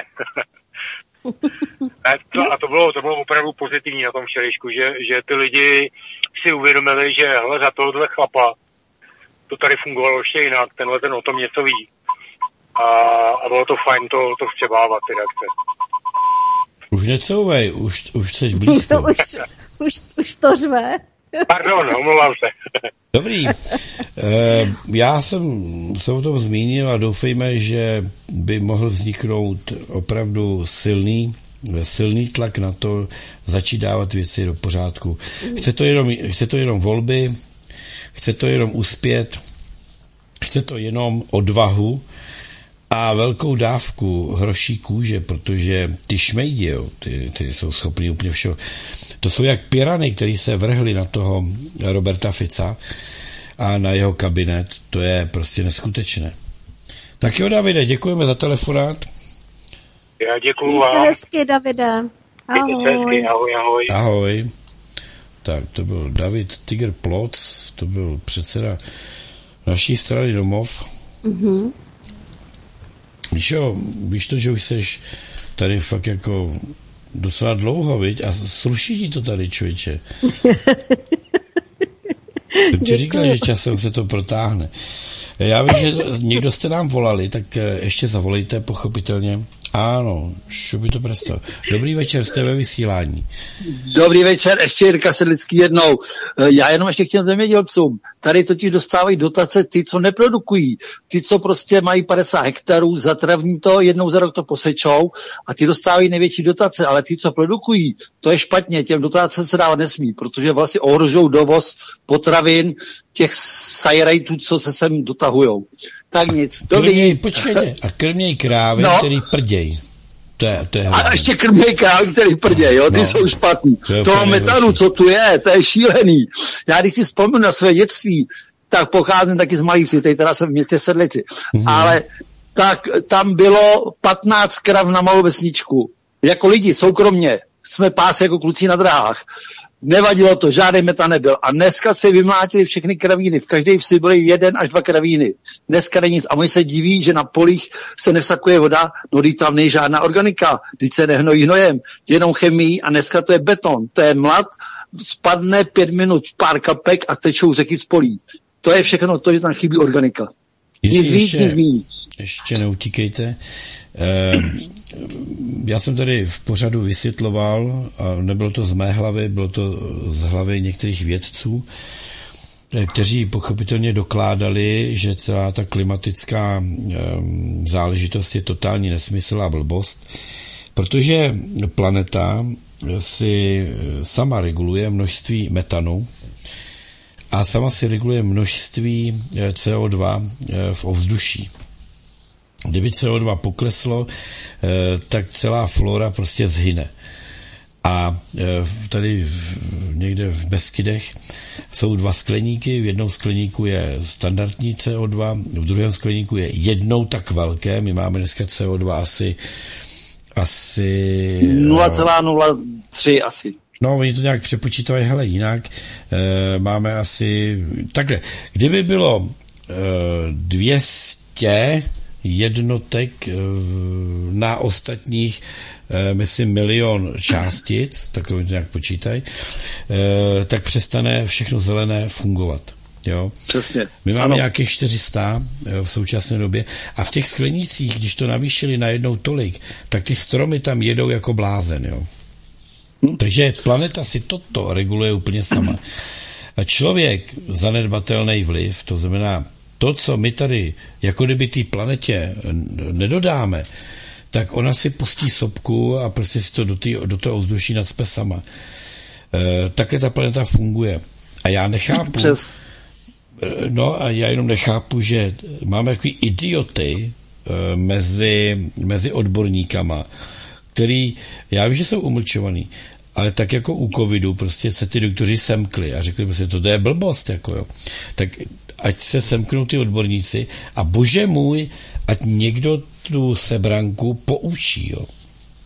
A to bylo opravdu pozitivní na tom včerejšku, že ty lidi si uvědomili, že hele, za tohohle chlapa to tady fungovalo ještě jinak, tenhle ten o tom něco ví. A bylo to fajn to vstřebávat, ty reakce. Už necouvej, už jsi blízko. už to řve. Pardon, omlouvám se. Dobrý. Já jsem se o tom zmínil a doufejme, že by mohl vzniknout opravdu silný tlak na to začít dávat věci do pořádku. Chce to jenom volby, chce to jenom uspět, chce to jenom odvahu a velkou dávku hroší kůže, protože ty šmejdi, jo, ty jsou schopní úplně všeho. To jsou jak pyrany, který se vrhli na toho Roberta Fica a na jeho kabinet. To je prostě neskutečné. Tak jo, Davide, děkujeme za telefonát. Já děkuju Měj vám. se hezky, Davide. Ahoj. Ahoj. Ahoj. Tak, to byl David Tiger Ploc, to byl předseda naší strany Domov. Mhm. Míšo, víš to, že už seš tady fakt jako docela dlouho, viď? A sluší ti to tady, člověče. Jsem ti říkal, že časem se to protáhne. Já vím, že někdo jste nám volali, tak ještě zavolejte, pochopitelně. Ano, šupi to presto. Dobrý večer, jste ve vysílání. Dobrý večer, ještě Jirka Sedlický jednou. Já jenom ještě k těm zemědělcům. Tady totiž dostávají dotace ty, co neprodukují. Ty, co prostě mají 50 hektarů, zatravní to, jednou za rok to posečou a ty dostávají největší dotace, ale ty, co produkují, to je špatně, těm dotace se dávat nesmí, protože vlastně ohrožují dovoz potravin těch sajrajtů, co se sem dotahujou. Tak nic. Počkejte, a krměj krávy, který prděj. To je a ještě krměj krávy, který prděj, jo, ty jsou špatný. Toho metanu, co tu je, to je šílený. Já když si vzpomínám na své dětství, tak pocházím taky z Malý Vsi, teď teda jsem v městě Sedlici, ale tak tam bylo 15 krav na malou vesničku. Jako lidi, soukromně, jsme pásy jako kluci na dráhách. Nevadilo to, žádný metan nebyl. A dneska se vymlátili všechny kravíny. V každé vsi byly 1 až 2 kravíny. Dneska není nic. A oni se diví, že na polích se nevsakuje voda, no když tam není žádná organika, když se nehnojí hnojem, jenom chemii a dneska to je beton. To je mlad, spadne 5 minut pár kapek a tečou řeky z polí. To je všechno to, že tam chybí organika. Nic víc, nic méně. Ještě neutíkejte. Já jsem tady v pořadu vysvětloval, a nebylo to z mé hlavy, bylo to z hlavy některých vědců, kteří pochopitelně dokládali, že celá ta klimatická záležitost je totální nesmysl a blbost, protože planeta si sama reguluje množství metanu a sama si reguluje množství CO2 v ovzduší. Kdyby CO2 pokleslo, tak celá flora prostě zhyne. A tady někde v Beskydech jsou 2 skleníky, v jednom skleníku je standardní CO2, v druhém skleníku je jednou tak velké, my máme dneska CO2 asi 0,03 asi. No, oni to nějak přepočítají, hele, jinak. Máme asi, takhle, kdyby bylo 200 jednotek na ostatních, myslím, 1 000 000 částic, takové to nějak počítají, tak přestane všechno zelené fungovat. Jo? Přesně. My máme nějakých 400 v současné době a v těch sklenících, když to navýšili najednou tolik, tak ty stromy tam jedou jako blázen. Jo? Takže planeta si toto reguluje úplně sama. A člověk zanedbatelný vliv, to znamená to, co my tady jako kdyby té planetě nedodáme, tak ona si pustí sopku a prostě si to do toho ovzduší nacpe sama. Takhle ta planeta funguje. A já nechápu, a já jenom nechápu, že máme takový idioty mezi odborníkama, který, já vím, že jsou umlčovaný, ale tak jako u covidu prostě se ty doktoři semkli a řekli prostě, to je blbost, jako jo. Tak ať se semknou ty odborníci a bože můj, ať někdo tu sebranku poučí, jo.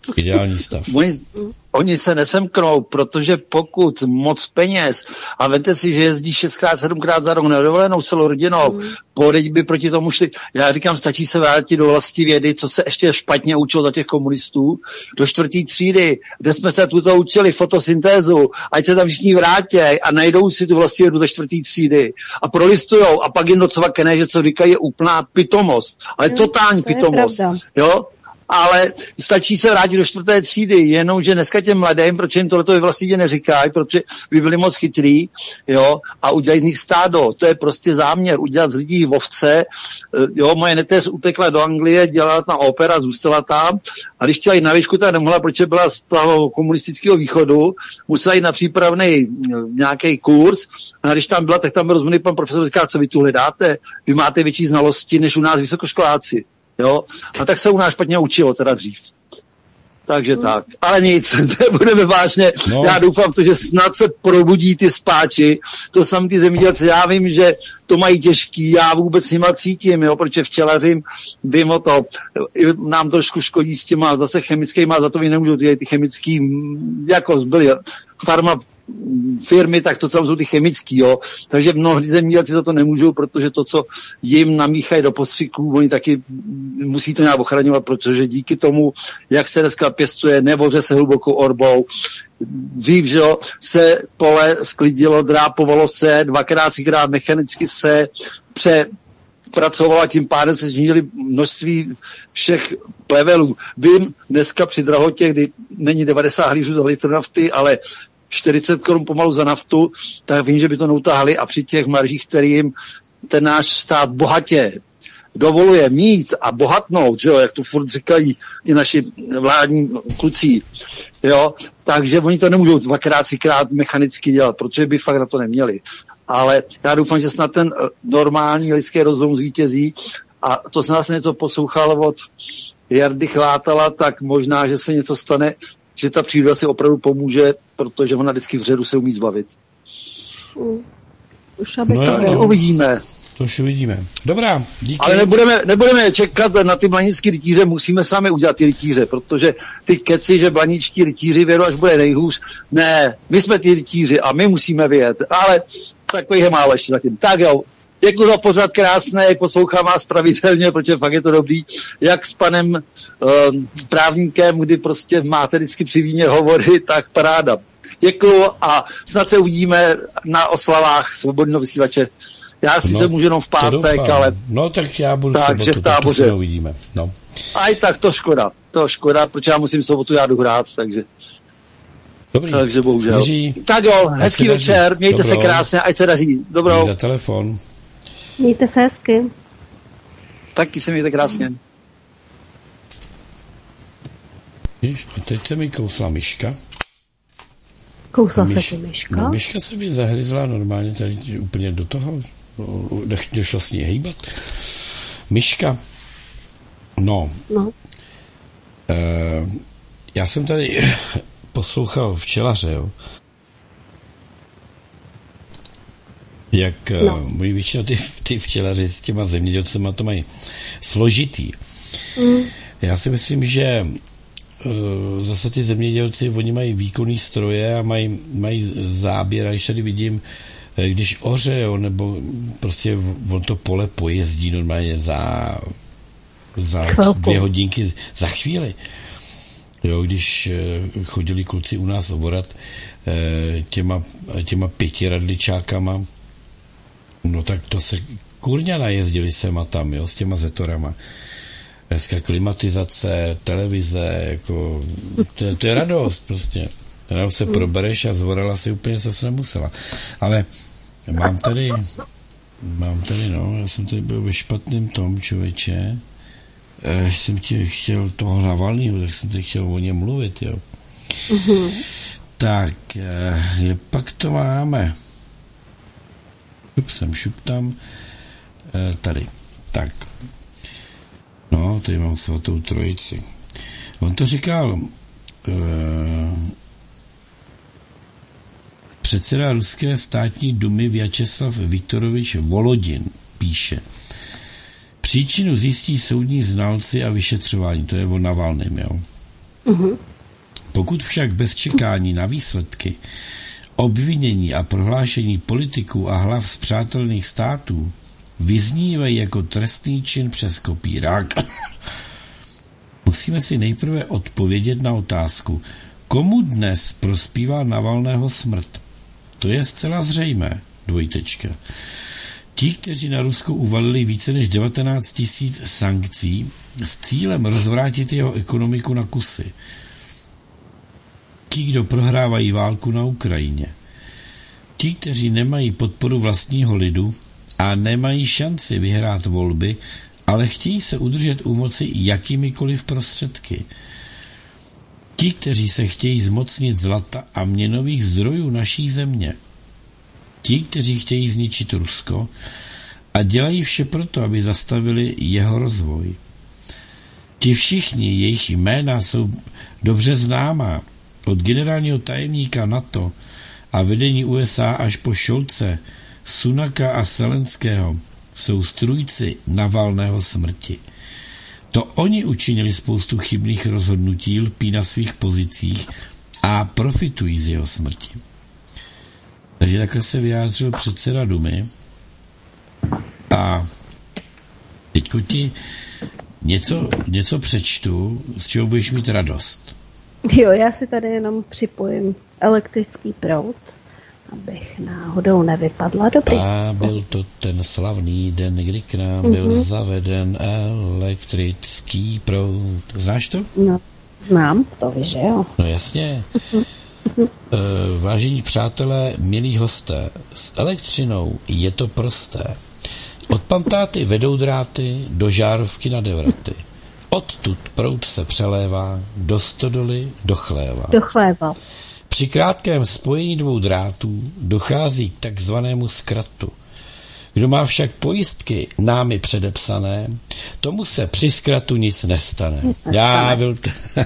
Ideální stav. Oni se nesemknou, protože pokud moc peněz, a vemte si, že jezdí 6x, 7x za rok na dovolenou celou rodinou, podeď by proti tomu šli. Já říkám, stačí se vrátit do vlasti vědy, co se ještě špatně učilo za těch komunistů, do 4. třídy, kde jsme se tuto učili fotosyntézu, ať se tam všichni vrátěj a najdou si tu vlastní vědu ze 4. třídy a prolistujou a pak jim docvakne, že co říkají je úplná pitomost, ale totální pitomost. Jo? Ale stačí se vrátit do 4. třídy, jenomže dneska těm mladým, proč jim tohleto vlastně neříkají, protože by byli moc chytrý, jo, a udělají z nich stádo. To je prostě záměr, udělat z lidí ovce. Jo, moje neteř utekla do Anglie, dělala tam opera, zůstala tam, a když chtěla jít na výšku, tak nemohla, protože byla z toho komunistického východu, musela jít na přípravný nějaký kurz, a když tam byla, tak tam byl rozumný pan profesor, říká, co vy tu hledáte, vy máte větší znalosti než u nás vysokoškoláci. Jo? A tak se u nás špatně učilo teda dřív. Takže tak. Ale nic, nebudeme vážně. No. Já doufám to, že snad se probudí ty spáči. To sami ty zemědělci. Já vím, že to mají těžký. Já vůbec s nima cítím, jo? Protože včelařím vím o to. Nám trošku škodí s těma zase chemickýma, za to vy nemůžou ty chemický, jako byly farma firmy, tak to jsou ty chemický, jo. Takže mnohdy zemědělci za to nemůžou, protože to, co jim namíchají do postřiků, oni taky musí to nějak ochraňovat, protože díky tomu, jak se dneska pěstuje, nevoře se hlubokou orbou, dřív, že jo, se pole sklidilo, drápovalo se, 2x, 3x mechanicky se pracovalo a tím pádem se snížily množství všech plevelů. Vím, dneska při drahotě, kdy není 90 hlířů za litr nafty, ale 40 korun pomalu za naftu, tak vím, že by to neutáhli a při těch maržích, kterým ten náš stát bohatě dovoluje mít a bohatnout, že jo, jak to furt říkají i naši vládní kluci, jo, takže oni to nemůžou 2x, 3x mechanicky dělat, protože by fakt na to neměli. Ale já doufám, že snad ten normální lidský rozum zvítězí a to se nás něco poslouchalo od Jardy Chlátala, tak možná, že se něco stane, že ta příroda si opravdu pomůže, protože ona vždycky v řadu se umí zbavit. Už aby takže uvidíme. To už uvidíme. Dobrá, díky. Ale nebudeme čekat na ty blanický rytíře, musíme sami udělat ty rytíře, protože ty keci, že blaničtí rytíři vědou, až bude nejhůř. Ne, my jsme ty rytíři a my musíme vyjet, ale takových je málo ještě zatím. Tak jo, děkuji za pořad krásné, jak poslouchám vás pravidelně, protože fakt je to dobrý, jak s panem právníkem, kdy prostě máte vždycky při víně hovory, tak paráda. Děkuji a snad se uvidíme na oslavách Svobodného vysílače. Já sice můžu jenom v pátek, ale... No tak já budu v sobotu, tak to se neuvidíme. No. Aj tak to škoda, protože já musím v sobotu já hrát, takže... Dobrý. Takže bohužel. Daří. Tak jo, hezký večer, mějte se krásně, ať se daří. Dobrou. Díky za telefon. Mějte se hezky. Taky se mějte krásně. A teď se mi kousla myška. Kousla se ti myška? No, myška se mi zahryzla normálně tady úplně do toho. Nešlo s ní hýbat. Myška. No. Já jsem tady poslouchal včelaře, jo. Jak moji většinou ty včelaři s těma zemědělcema to mají složitý. Já si myslím, že zase ty zemědělci, oni mají výkonný stroje a mají záběr, a když tady vidím, když oře, jo, nebo prostě on to pole pojezdí normálně za 2 hodinky, za chvíli. Jo, když chodili kluci u nás oborat těma 5 radličákama, no tak to se kurňa najezdili sem a tam, jo, s těma zetorama. Dneska klimatizace, televize, jako, to je radost prostě. Jenom se probereš a zvorela si úplně, co se nemusela. Ale mám tady, no, já jsem tady byl ve špatném tom, člověče. Jsem chtěl toho Navalnýho, tak jsem tady chtěl o něm mluvit, jo. Tak, pak to máme. Šup tam. Tady. Tak. No, tady mám Svatou Trojici. On to říkal předseda ruské státní dumy Vjačeslav Viktorovič Volodin píše: příčinu zjistí soudní znalci a vyšetřování. To je o Navalným, jo. Pokud však bez čekání na výsledky, obvinění a prohlášení politiků a hlav spřátelených států vyznívají jako trestný čin přes kopírák, musíme si nejprve odpovědět na otázku, komu dnes prospívá Navalného smrt. To je zcela zřejmé, dvojtečka. Ti, kteří na Rusko uvalili více než 19 000 sankcí s cílem rozvrátit jeho ekonomiku na kusy. Ti, kdo prohrávají válku na Ukrajině. Ti, kteří nemají podporu vlastního lidu a nemají šanci vyhrát volby, ale chtějí se udržet u moci jakýmikoliv prostředky. Ti, kteří se chtějí zmocnit zlata a měnových zdrojů naší země. Ti, kteří chtějí zničit Rusko a dělají vše proto, aby zastavili jeho rozvoj. Ti všichni, jejich jména jsou dobře známá, od generálního tajemníka NATO a vedení USA až po Scholze, Sunaka a Zelenského, jsou strůjci Navalného smrti. To oni učinili spoustu chybných rozhodnutí, lpí na svých pozicích a profitují z jeho smrti. Takže takhle se vyjádřil předseda Dumy a teďko ti něco přečtu, z čeho budeš mít radost. Jo, já si tady jenom připojím elektrický proud, abych náhodou nevypadla. Dobrý. A byl to ten slavný den, kdy k nám byl zaveden elektrický proud. Znáš to? No, znám to, víš, že jo? No jasně. Vážení přátelé, milí hosté, s elektřinou je to prosté. Od pantáty vedou dráty do žárovky na devraty. Odtud proud se přelévá do stodoly, do chléva. Do chléva. Při krátkém spojení dvou drátů dochází k takzvanému zkratu. Kdo má však pojistky námi předepsané, tomu se při zkratu nic nestane. Já byl...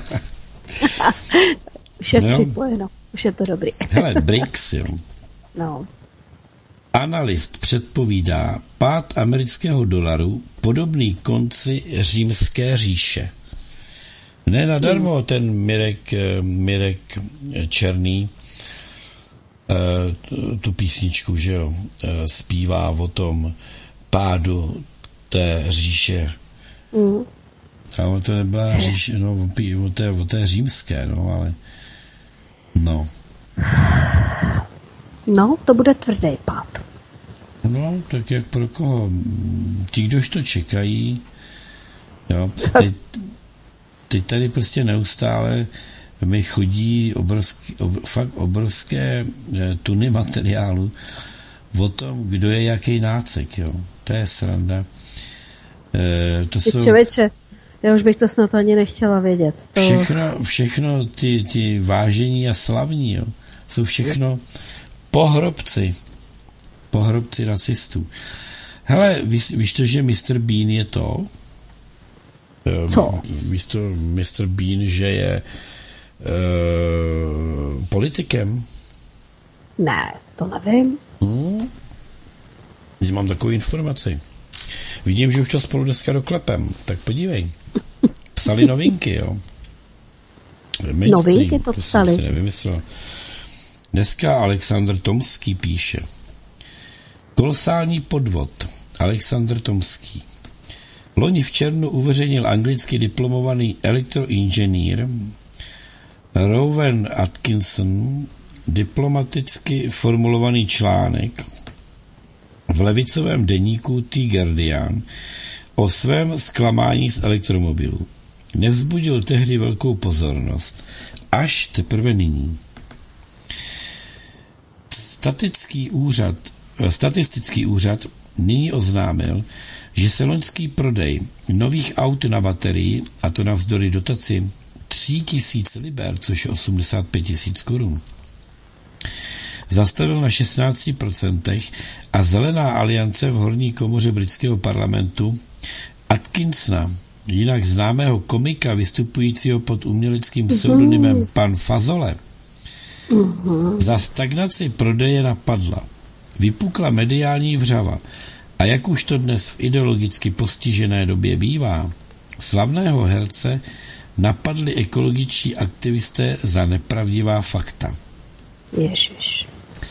Už je připojeno, už je to dobrý. Hele, BRICS, jo. No. Analyst předpovídá pád amerického dolaru podobný konci římské říše. Ne nadarmo ten Mirek Černý tu písničku, že jo, zpívá o tom pádu té říše. A to nebyla říše, no, o té římské, no, ale no. No, to bude tvrdý pád. No, tak jak pro koho? Ti, kdož to čekají, jo, teď tady prostě neustále mi chodí fakt obrovské tuny materiálu o tom, kdo je jaký nácek, jo. To je sranda. To jsou... Člověče, já už bych to snad ani nechtěla vědět. To... Všechno ty vážení a slavní, jo, jsou všechno pohrobci nacistů. Hele, víš to, že Mr. Bean je to? Co? Víš to, Mr. Bean, že je politikem? Ne, to nevím. Mám takovou informaci. Vidím, že už to spolu dneska doklepem. Tak podívej. Psali novinky, jo. Novinky to psali. Jsem si nevymyslel. Dneska Alexandr Tomský píše. Kolosální podvod. Alexandr Tomský. Loni v červnu uveřejnil anglicky diplomovaný elektroinženýr Rowan Atkinson diplomaticky formulovaný článek v levicovém deníku The Guardian o svém zklamání z elektromobilů. Nevzbudil tehdy velkou pozornost, až teprve nyní. Statistický úřad nyní oznámil, že se loňský prodej nových aut na baterii, a to navzdory dotaci 3000 liber, což je 85 000 korun, zastavil na 16% a Zelená aliance v horní komoře britského parlamentu Atkinsona, jinak známého komika vystupujícího pod uměleckým pseudonymem Pan Fazole, za stagnaci prodeje napadla. Vypukla mediální vřava a jak už to dnes v ideologicky postižené době bývá, slavného herce napadli ekologičtí aktivisté za nepravdivá fakta. Ježiš.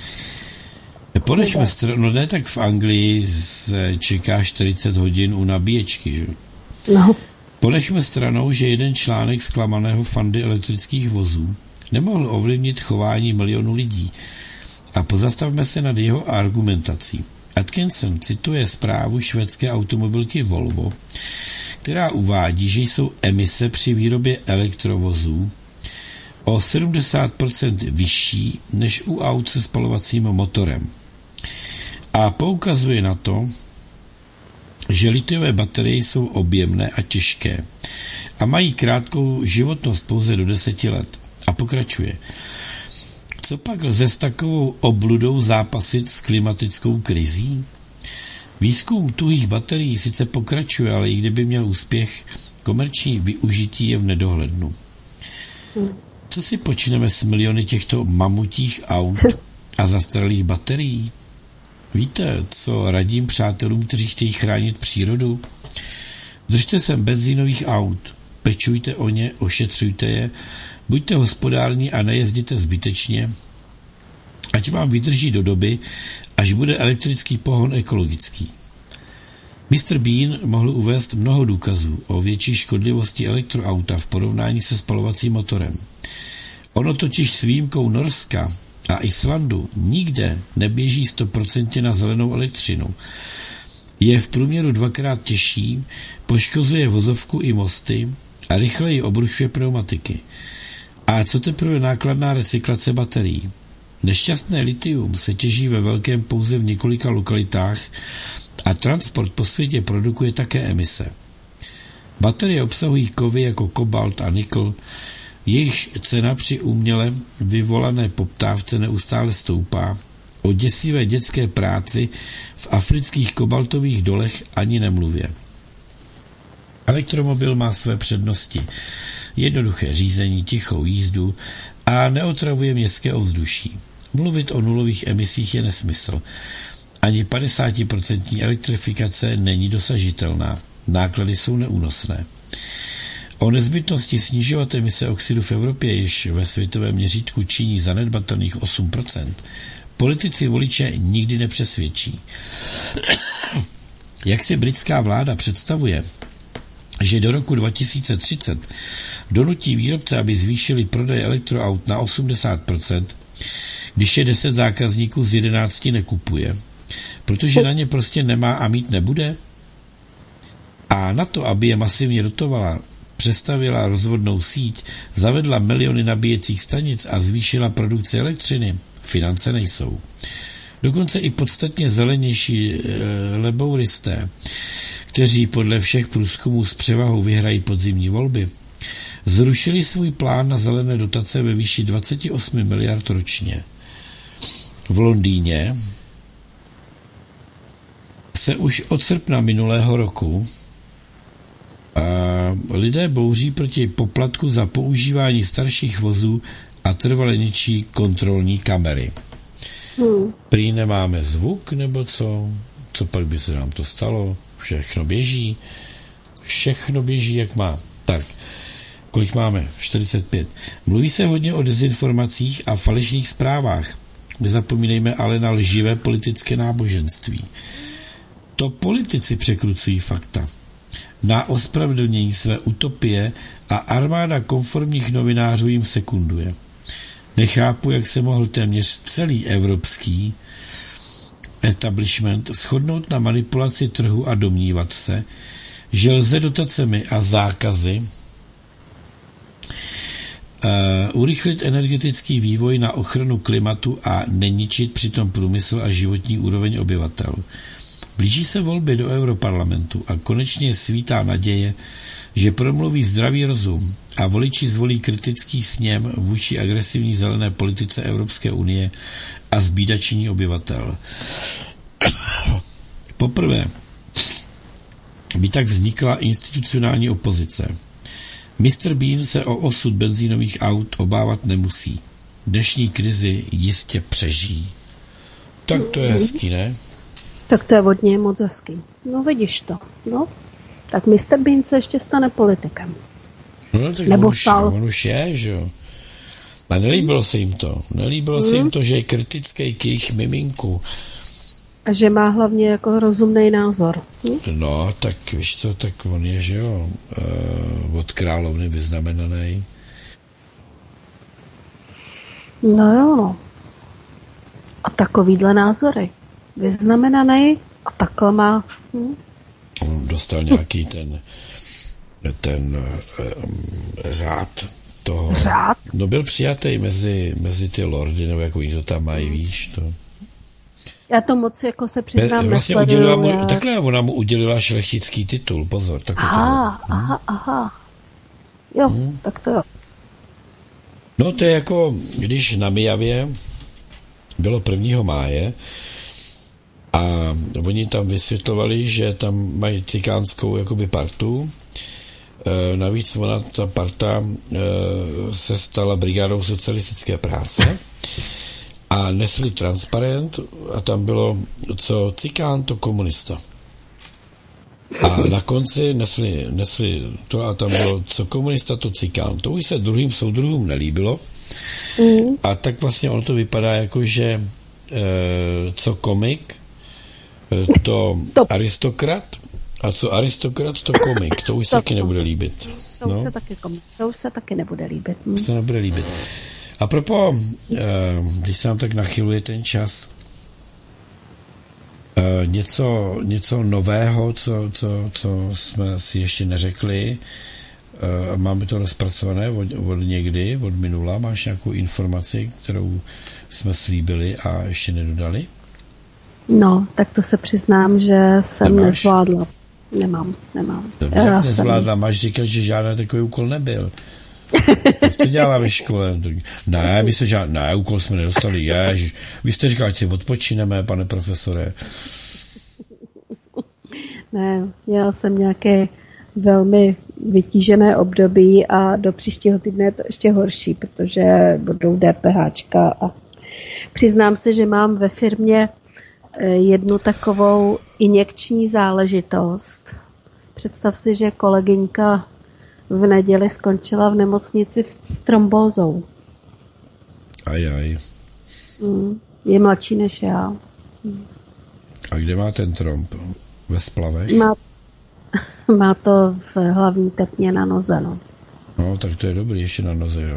Ponechme stranu, ne tak v Anglii se čeká 40 hodin u nabíječky, že? No. Ponechme stranou, že jeden článek zklamaného fandy elektrických vozů nemohl ovlivnit chování milionů lidí. A pozastavme se nad jeho argumentací. Atkinson cituje zprávu švédské automobilky Volvo, která uvádí, že jsou emise při výrobě elektrovozů o 70% vyšší než u aut se spalovacím motorem. A poukazuje na to, že litiové baterie jsou objemné a těžké a mají krátkou životnost pouze do 10 let. A pokračuje. Co pak lze s takovou obludou zápasit s klimatickou krizí? Výzkum tuhých baterií sice pokračuje, ale i kdyby měl úspěch, komerční využití je v nedohlednu. Co si počneme s miliony těchto mamutích aut a zastaralých baterií? Víte, co radím přátelům, kteří chtějí chránit přírodu? Držte se benzínových aut, pečujte o ně, ošetřujte je, buďte hospodární a nejezděte zbytečně, ať vám vydrží do doby, až bude elektrický pohon ekologický. Mr. Bean mohl uvést mnoho důkazů o větší škodlivosti elektroauta v porovnání se spalovacím motorem. Ono totiž s výjimkou Norska a Islandu nikde neběží 100% na zelenou elektřinu. Je v průměru 2krát těžší, poškozuje vozovku i mosty a rychleji obrušuje pneumatiky. A co teprve nákladná recyklace baterií? Nešťastné litium se těží ve velkém pouze v několika lokalitách a transport po světě produkuje také emise. Baterie obsahují kovy jako kobalt a nikl, jejichž cena při uměle vyvolané poptávce neustále stoupá, o děsivé dětské práci v afrických kobaltových dolech ani nemluvě. Elektromobil má své přednosti. Jednoduché řízení, tichou jízdu a neotravuje městské ovzduší. Mluvit o nulových emisích je nesmysl. Ani 50% elektrifikace není dosažitelná. Náklady jsou neúnosné. O nezbytnosti snižovat emise oxidu v Evropě, jež ve světovém měřítku činí zanedbatelných 8%, politici voliče nikdy nepřesvědčí. Jak si britská vláda představuje, že do roku 2030 donutí výrobce, aby zvýšili prodej elektroaut na 80%, když je 10 zákazníků z 11 nekupuje, protože na ně prostě nemá a mít nebude? A na to, aby je masivně dotovala, přestavila rozvodnou síť, zavedla miliony nabíjecích stanic a zvýšila produkci elektřiny, finance nejsou. Dokonce i podstatně zelenější lebouristé, kteří podle všech průzkumů s převahou vyhrají podzimní volby, zrušili svůj plán na zelené dotace ve výši 28 miliard ročně. V Londýně se už od srpna minulého roku lidé bouří proti poplatku za používání starších vozů a trvale ničí kontrolní kamery. Prý nemáme zvuk, nebo co? Co pak by se nám to stalo? Všechno běží. Všechno běží, jak má. Tak, kolik máme? 45. Mluví se hodně o dezinformacích a falešných zprávách. Nezapomínejme ale na lživé politické náboženství. To politici překrucují fakta. Na ospravedlnění své utopie a armáda konformních novinářů jim sekunduje. Nechápu, jak se mohl téměř celý evropský establishment shodnout na manipulaci trhu a domnívat se, že lze dotacemi a zákazy urychlit energetický vývoj na ochranu klimatu a neničit přitom průmysl a životní úroveň obyvatel. Blíží se volby do Europarlamentu a konečně svítá naděje, že promluví zdravý rozum a voliči zvolí kritický sněm vůči agresivní zelené politice Evropské unie a zbídačení obyvatel. Poprvé by tak vznikla institucionální opozice. Mr. Bean se o osud benzínových aut obávat nemusí. Dnešní krizi jistě přežijí. Tak to je hezký, ne? Tak to je od něj moc hezký. No vidíš to. No, tak Mr. Bean se ještě stane politikem. No, tak Nebo on už je, že jo. A nelíbilo se jim to. Nelíbilo se jim to, že je kritický k jejich miminku. A že má hlavně jako rozumný názor. No, tak víš co, tak on je, že jo, od královny vyznamenaný. No jo, no. A takovýhle názory. Vyznamenaný a takhle má... On dostal nějaký ten řád toho... Řád? No byl přijatý mezi ty lordy, nebo jako to tam mají, víš, to... Já to moc jako se přiznám vlastně nesleduju. Takhle ona mu udělila šlechtický titul, pozor. Aha. Jo, tak to jo. No to je jako, když na Mijavě bylo 1. máje a oni tam vysvětlovali, že tam mají cikánskou jakoby partu. Navíc ta parta se stala brigádou socialistické práce a nesli transparent a tam bylo co cikán, to komunista. A na konci nesli to a tam bylo co komunista, to cikán. To už se druhým soudruhům nelíbilo. A tak vlastně ono to vypadá jako, že co komik, to aristokrat a co aristokrat, to komik. To už se taky nebude líbit. To už se taky nebude líbit. Se nebude líbit. A propos, když se nám tak nachyluje ten čas, něco nového, co jsme si ještě neřekli, máme to rozpracované od někdy, od minula, máš nějakou informaci, kterou jsme slíbili a ještě nedodali? No, tak to se přiznám, že jsem nezvládla. Nemám. Jak nezvládla? Máš říkat, že žádný takový úkol nebyl. Jak jste dělala ve škole? Ne, úkol jsme nedostali. Ježiš, vy jste říkali, ať si odpočineme, pane profesore. Ne, měla jsem nějaké velmi vytížené období a do příštího týdne je to ještě horší, protože budou DPHčka a přiznám se, že mám ve firmě jednu takovou injekční záležitost. Představ si, že kolegyňka v neděli skončila v nemocnici s trombózou. Ajaj. Je mladší než já. A kde má ten tromb? Ve splavech? Má to v hlavní tepně na noze, no. No, tak to je dobrý, ještě na noze.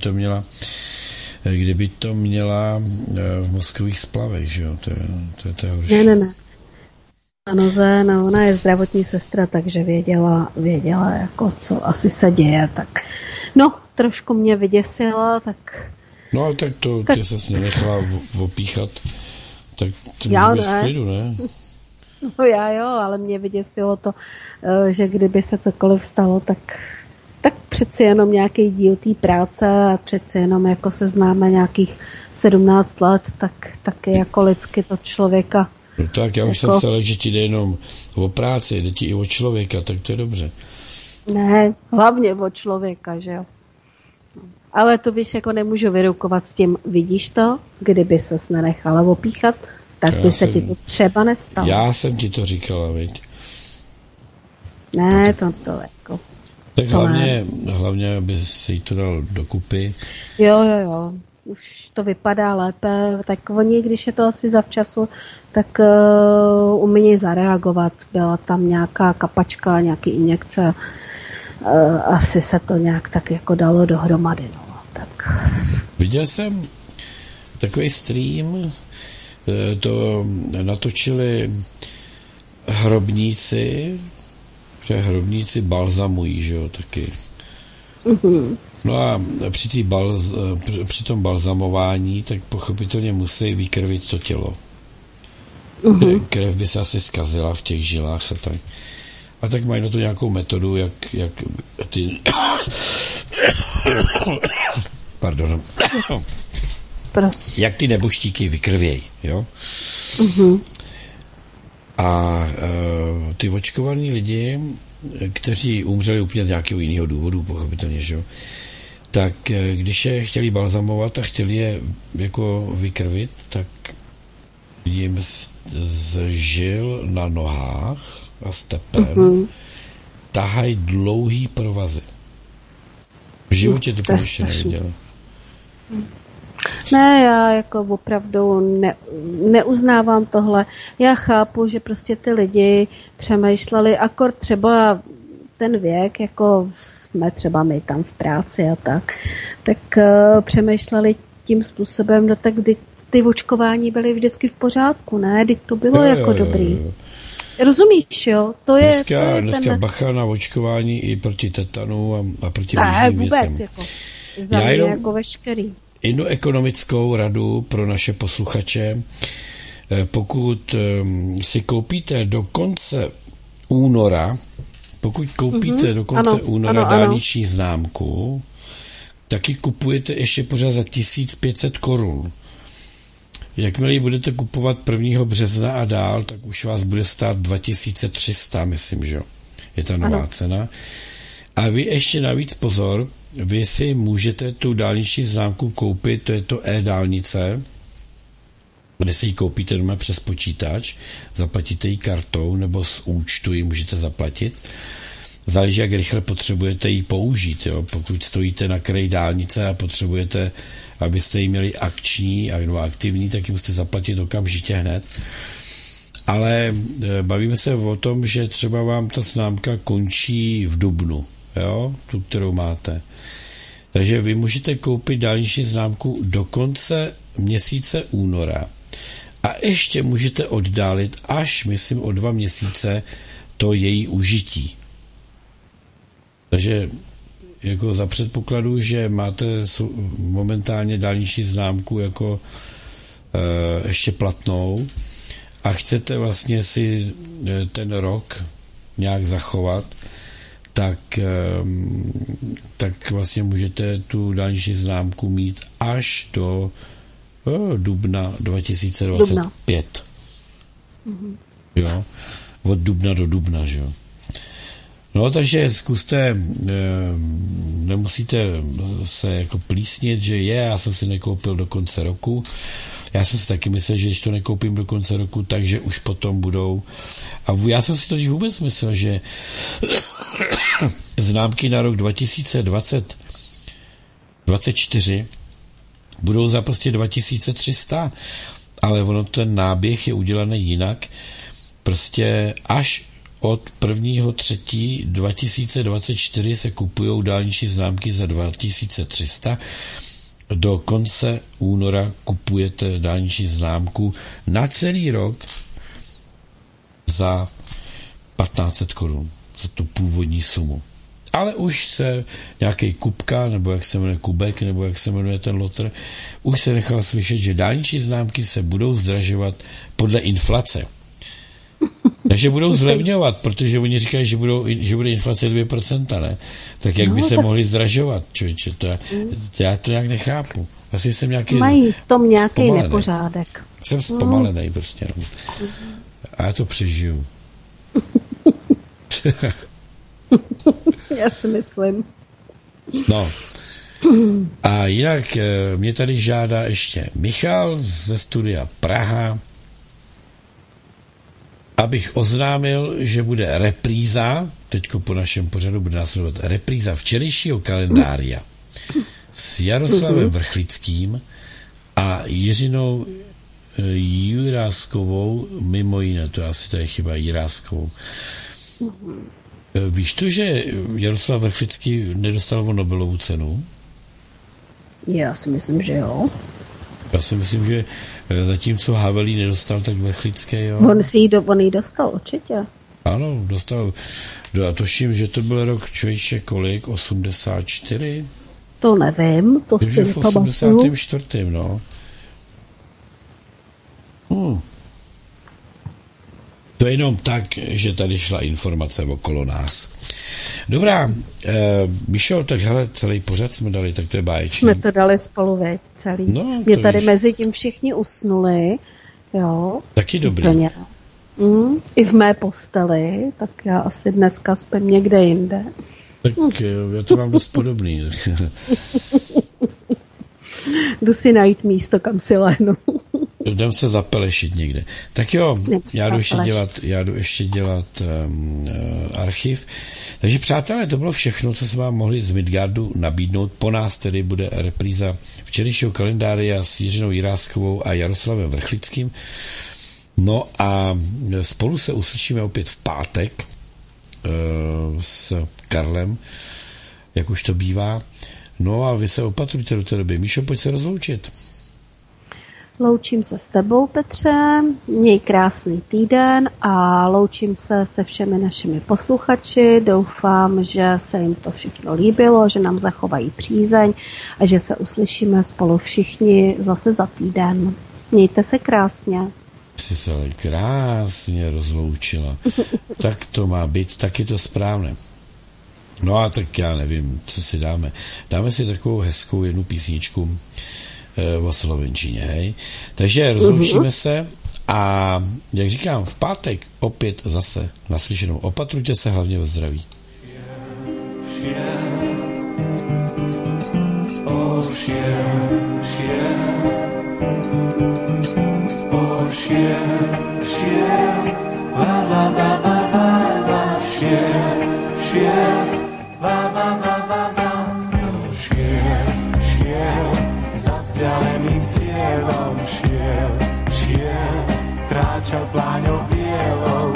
Kdyby to měla v mozkových splavech, že jo, to je horší. Ne. Na noze, no, ona je zdravotní sestra, takže věděla, jako co asi se děje, tak no, trošku mě vyděsila, tak... No, ale tak ty se s ní nechala opíchat, tak to může být v klidu, ne? No já jo, ale mě vyděsilo to, že kdyby se cokoliv stalo, tak přeci jenom nějaký díl té práce a přeci jenom jako se známe nějakých 17 let, tak jako lidsky to člověka... No tak, já už jsem se lekl, že ti jde jenom o práci, jde ti i o člověka, tak to je dobře. Ne, hlavně o člověka, že jo. Ale to víš, jako nemůžu vyrukovat s tím, vidíš to, kdyby ses nenechala opíchat, tak by se ti to třeba nestalo. Já jsem ti to říkala, viď? Ne, to jako... Tak hlavně, aby si to dal dokupy. Jo. Už to vypadá lépe, tak oni, když je to asi zavčasu, tak umějí zareagovat. Byla tam nějaká kapačka, nějaký injekce, asi se to nějak tak jako dalo dohromady. No. Tak. Viděl jsem takový stream, to natočili hrobníci, že hrobníci balzamují, že jo, taky. No a při tom balzamování tak pochopitelně musí vykrvit to tělo. Krev by se asi zkazila v těch žilách a tak. A tak mají na to nějakou metodu, jak ty... Pardon. Jak ty neboštíky vykrvějí, jo? A ty očkovaní lidi, kteří umřeli úplně z nějakého jiného důvodu, pochopitelně, že jo? Tak když je chtěli balzamovat a chtěli je jako vykrvit, tak jim z žil na nohách a stepem tahají dlouhý provazy. V životě to ještě neviděla. Ne, já jako opravdu neuznávám tohle. Já chápu, že prostě ty lidi přemýšleli, akord třeba ten věk, jako jsme třeba my tam v práci a tak přemýšleli tím způsobem, no tak ty očkování byly vždycky v pořádku, ne? Teď to bylo jako dobrý. Rozumíš, jo? To je, dneska bacha na očkování i proti tetanu a proti běžným věcem. Jako, za mě jako veškerý. Jednu ekonomickou radu pro naše posluchače. Pokud si koupíte do konce února, dálniční známku, taky kupujete ještě pořád za 1500 korun. Jakmile ji budete kupovat 1. března a dál, tak už vás bude stát 2300, myslím, že je ta nová cena. A vy ještě navíc pozor, vy si můžete tu dálniční známku koupit, to je to e-dálnice, kde si ji koupíte doma přes počítač, zaplatíte ji kartou nebo z účtu ji můžete zaplatit. Záleží, jak rychle potřebujete ji použít. Jo? Pokud stojíte na kraji dálnice a potřebujete, abyste ji měli akční nebo aktivní, tak ji musíte zaplatit okamžitě hned. Ale bavíme se o tom, že třeba vám ta známka končí v dubnu, jo? Tu, kterou máte. Takže vy můžete koupit dálniční známku do konce měsíce února a ještě můžete oddálit až, myslím, o 2 měsíce to její užití. Takže jako za předpokladu, že máte momentálně dálniční známku jako ještě platnou a chcete vlastně si ten rok nějak zachovat, tak vlastně můžete tu dálniční známku mít až do dubna 2025. Jo? Od dubna do dubna, že jo? No, takže zkuste, nemusíte se jako plísnit, že já jsem si nekoupil do konce roku. Já jsem si taky myslel, že když to nekoupím do konce roku, takže už potom budou. A já jsem si to vůbec myslel, že známky na rok 2024 budou za prostě 2300, ale ono ten náběh je udělaný jinak. Prostě až od 1.3.2024 se kupujou dálniční známky za 2300. Do konce února kupujete dálniční známku na celý rok za 1500 korun. Za tu původní sumu. Ale už se nějaký Kubka, nebo jak se jmenuje Kubek, nebo jak se jmenuje ten lotr, už se nechal slyšet, že dálniční známky se budou zdražovat podle inflace. Takže budou zlevňovat, protože oni říkají, že bude inflace 2%, ne? Tak jak by se mohli zdražovat, člověče? Já to nějak nechápu. Asi jsem nějaký mají v tom nějaký nepořádek. Jsem zpomalený prostě. No. A já to přežiju. Já si myslím. No. A jinak mě tady žádá ještě Michal ze studia Praha, abych oznámil, že bude repríza, teďko po našem pořadu bude následovat repríza včerejšího kalendária s Jaroslavem Vrchlickým a Jiřinou Jiráskovou, mimo jiné, to asi to je chyba, Jiráskovou. Víš to, že Jaroslav Vrchlický nedostal Nobelovu cenu? Já si myslím, že jo. Já si myslím, že zatímco Havelý nedostal, tak Vrchlický, jo. On ji dostal, určitě. Ano, dostal. A tuším, že to byl rok člověče kolik? 84? To nevím, to si v 84. no. To je jenom tak, že tady šla informace okolo nás. Dobrá, Míšo, tak hele, celý pořad jsme dali, tak to je báječný. Jsme to dali spolu, veď, celý. No, mě tady mezi tím všichni usnuli, jo. Taky dobrý. I v mé posteli, tak já asi dneska spím někde jinde. Tak já to mám dost podobný. Jdu si najít místo, kam si lehnu. Jdem se zapelešit někde. Tak jo, já jdu ještě dělat archiv. Takže přátelé, to bylo všechno, co jsme vám mohli z Midgardu nabídnout. Po nás tedy bude repríza včerejšího kalendária s Jiřinou Jiráskovou a Jaroslavem Vrchlickým. No a spolu se uslyšíme opět v pátek s Karlem, jak už to bývá. No a vy se opatrujte do té doby. Míšo, pojď se rozloučit. Loučím se s tebou, Petře, měj krásný týden a loučím se se všemi našimi posluchači. Doufám, že se jim to všechno líbilo, že nám zachovají přízeň a že se uslyšíme spolu všichni zase za týden. Mějte se krásně. Jsi se ale krásně rozloučila. Tak to má být, tak je to správné. No a tak já nevím, co si dáme. Dáme si takovou hezkou jednu písničku o slovenčině, hej. Takže rozloučíme se a jak říkám, v pátek opět zase naslyšenou. Opatrujte se hlavně ve zdraví. Zeleným cieľom šiel, kráčal pláňou bielou,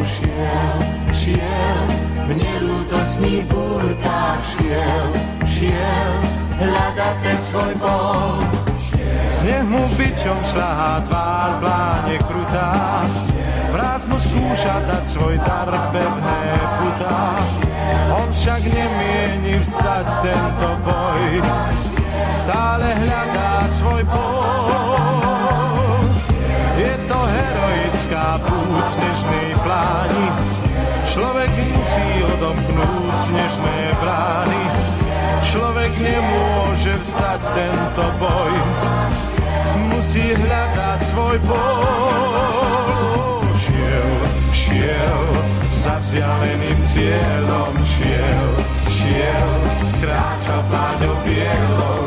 šiel, v nelútostných búrkách šiel, hľadať ten svoj bol. Sneh mu bičom šľahá tvár, pláne krutá, vraz mu skúša dať svoj dar, pevné putá. On však nemieni vstať tento boj, stále hľadá svoj pol. Je to heroická púť snežnej pláni, človek musí odomknúť snežné brány. Človek nemôže vstať tento boj, musí hľadať svoj pol. Šiel, za vzdialeným cieľom šiel, kráčal pláňou bielou,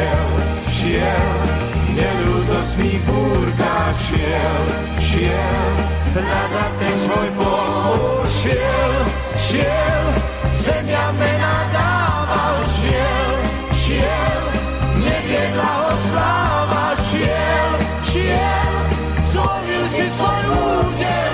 šiel, v neľútostných búrkách šiel, hľadať ten svoj bol. Šiel, zemia mena dával, šiel, neviedla ho sláva, šiel, zvolil si svoj údel,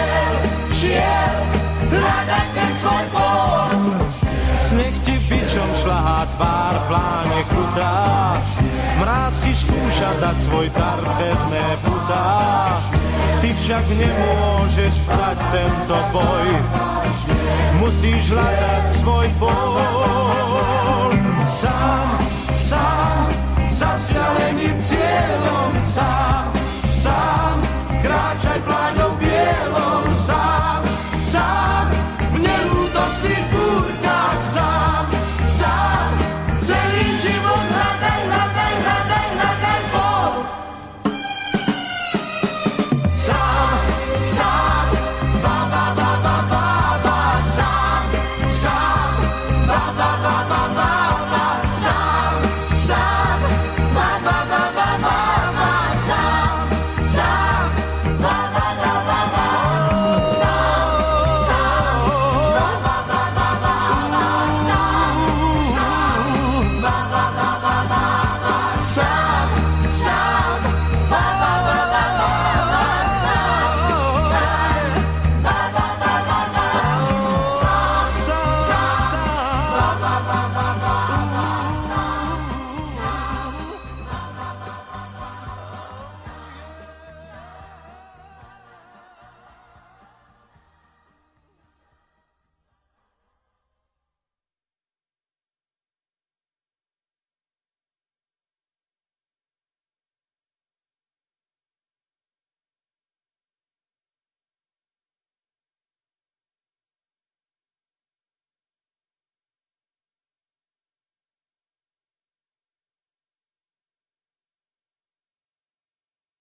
šiel, hľadať ten svoj bol. Sneh ti bičom šľahá tvár, pláne krutá, mráz ti skúša dať svoj dar, pevné putá. Ty však nemôžeš vstať tento boj, musíš hľadať svoj bol. Sám, za vzdialeným cieľom, sám, kráčaj pláňou bielou,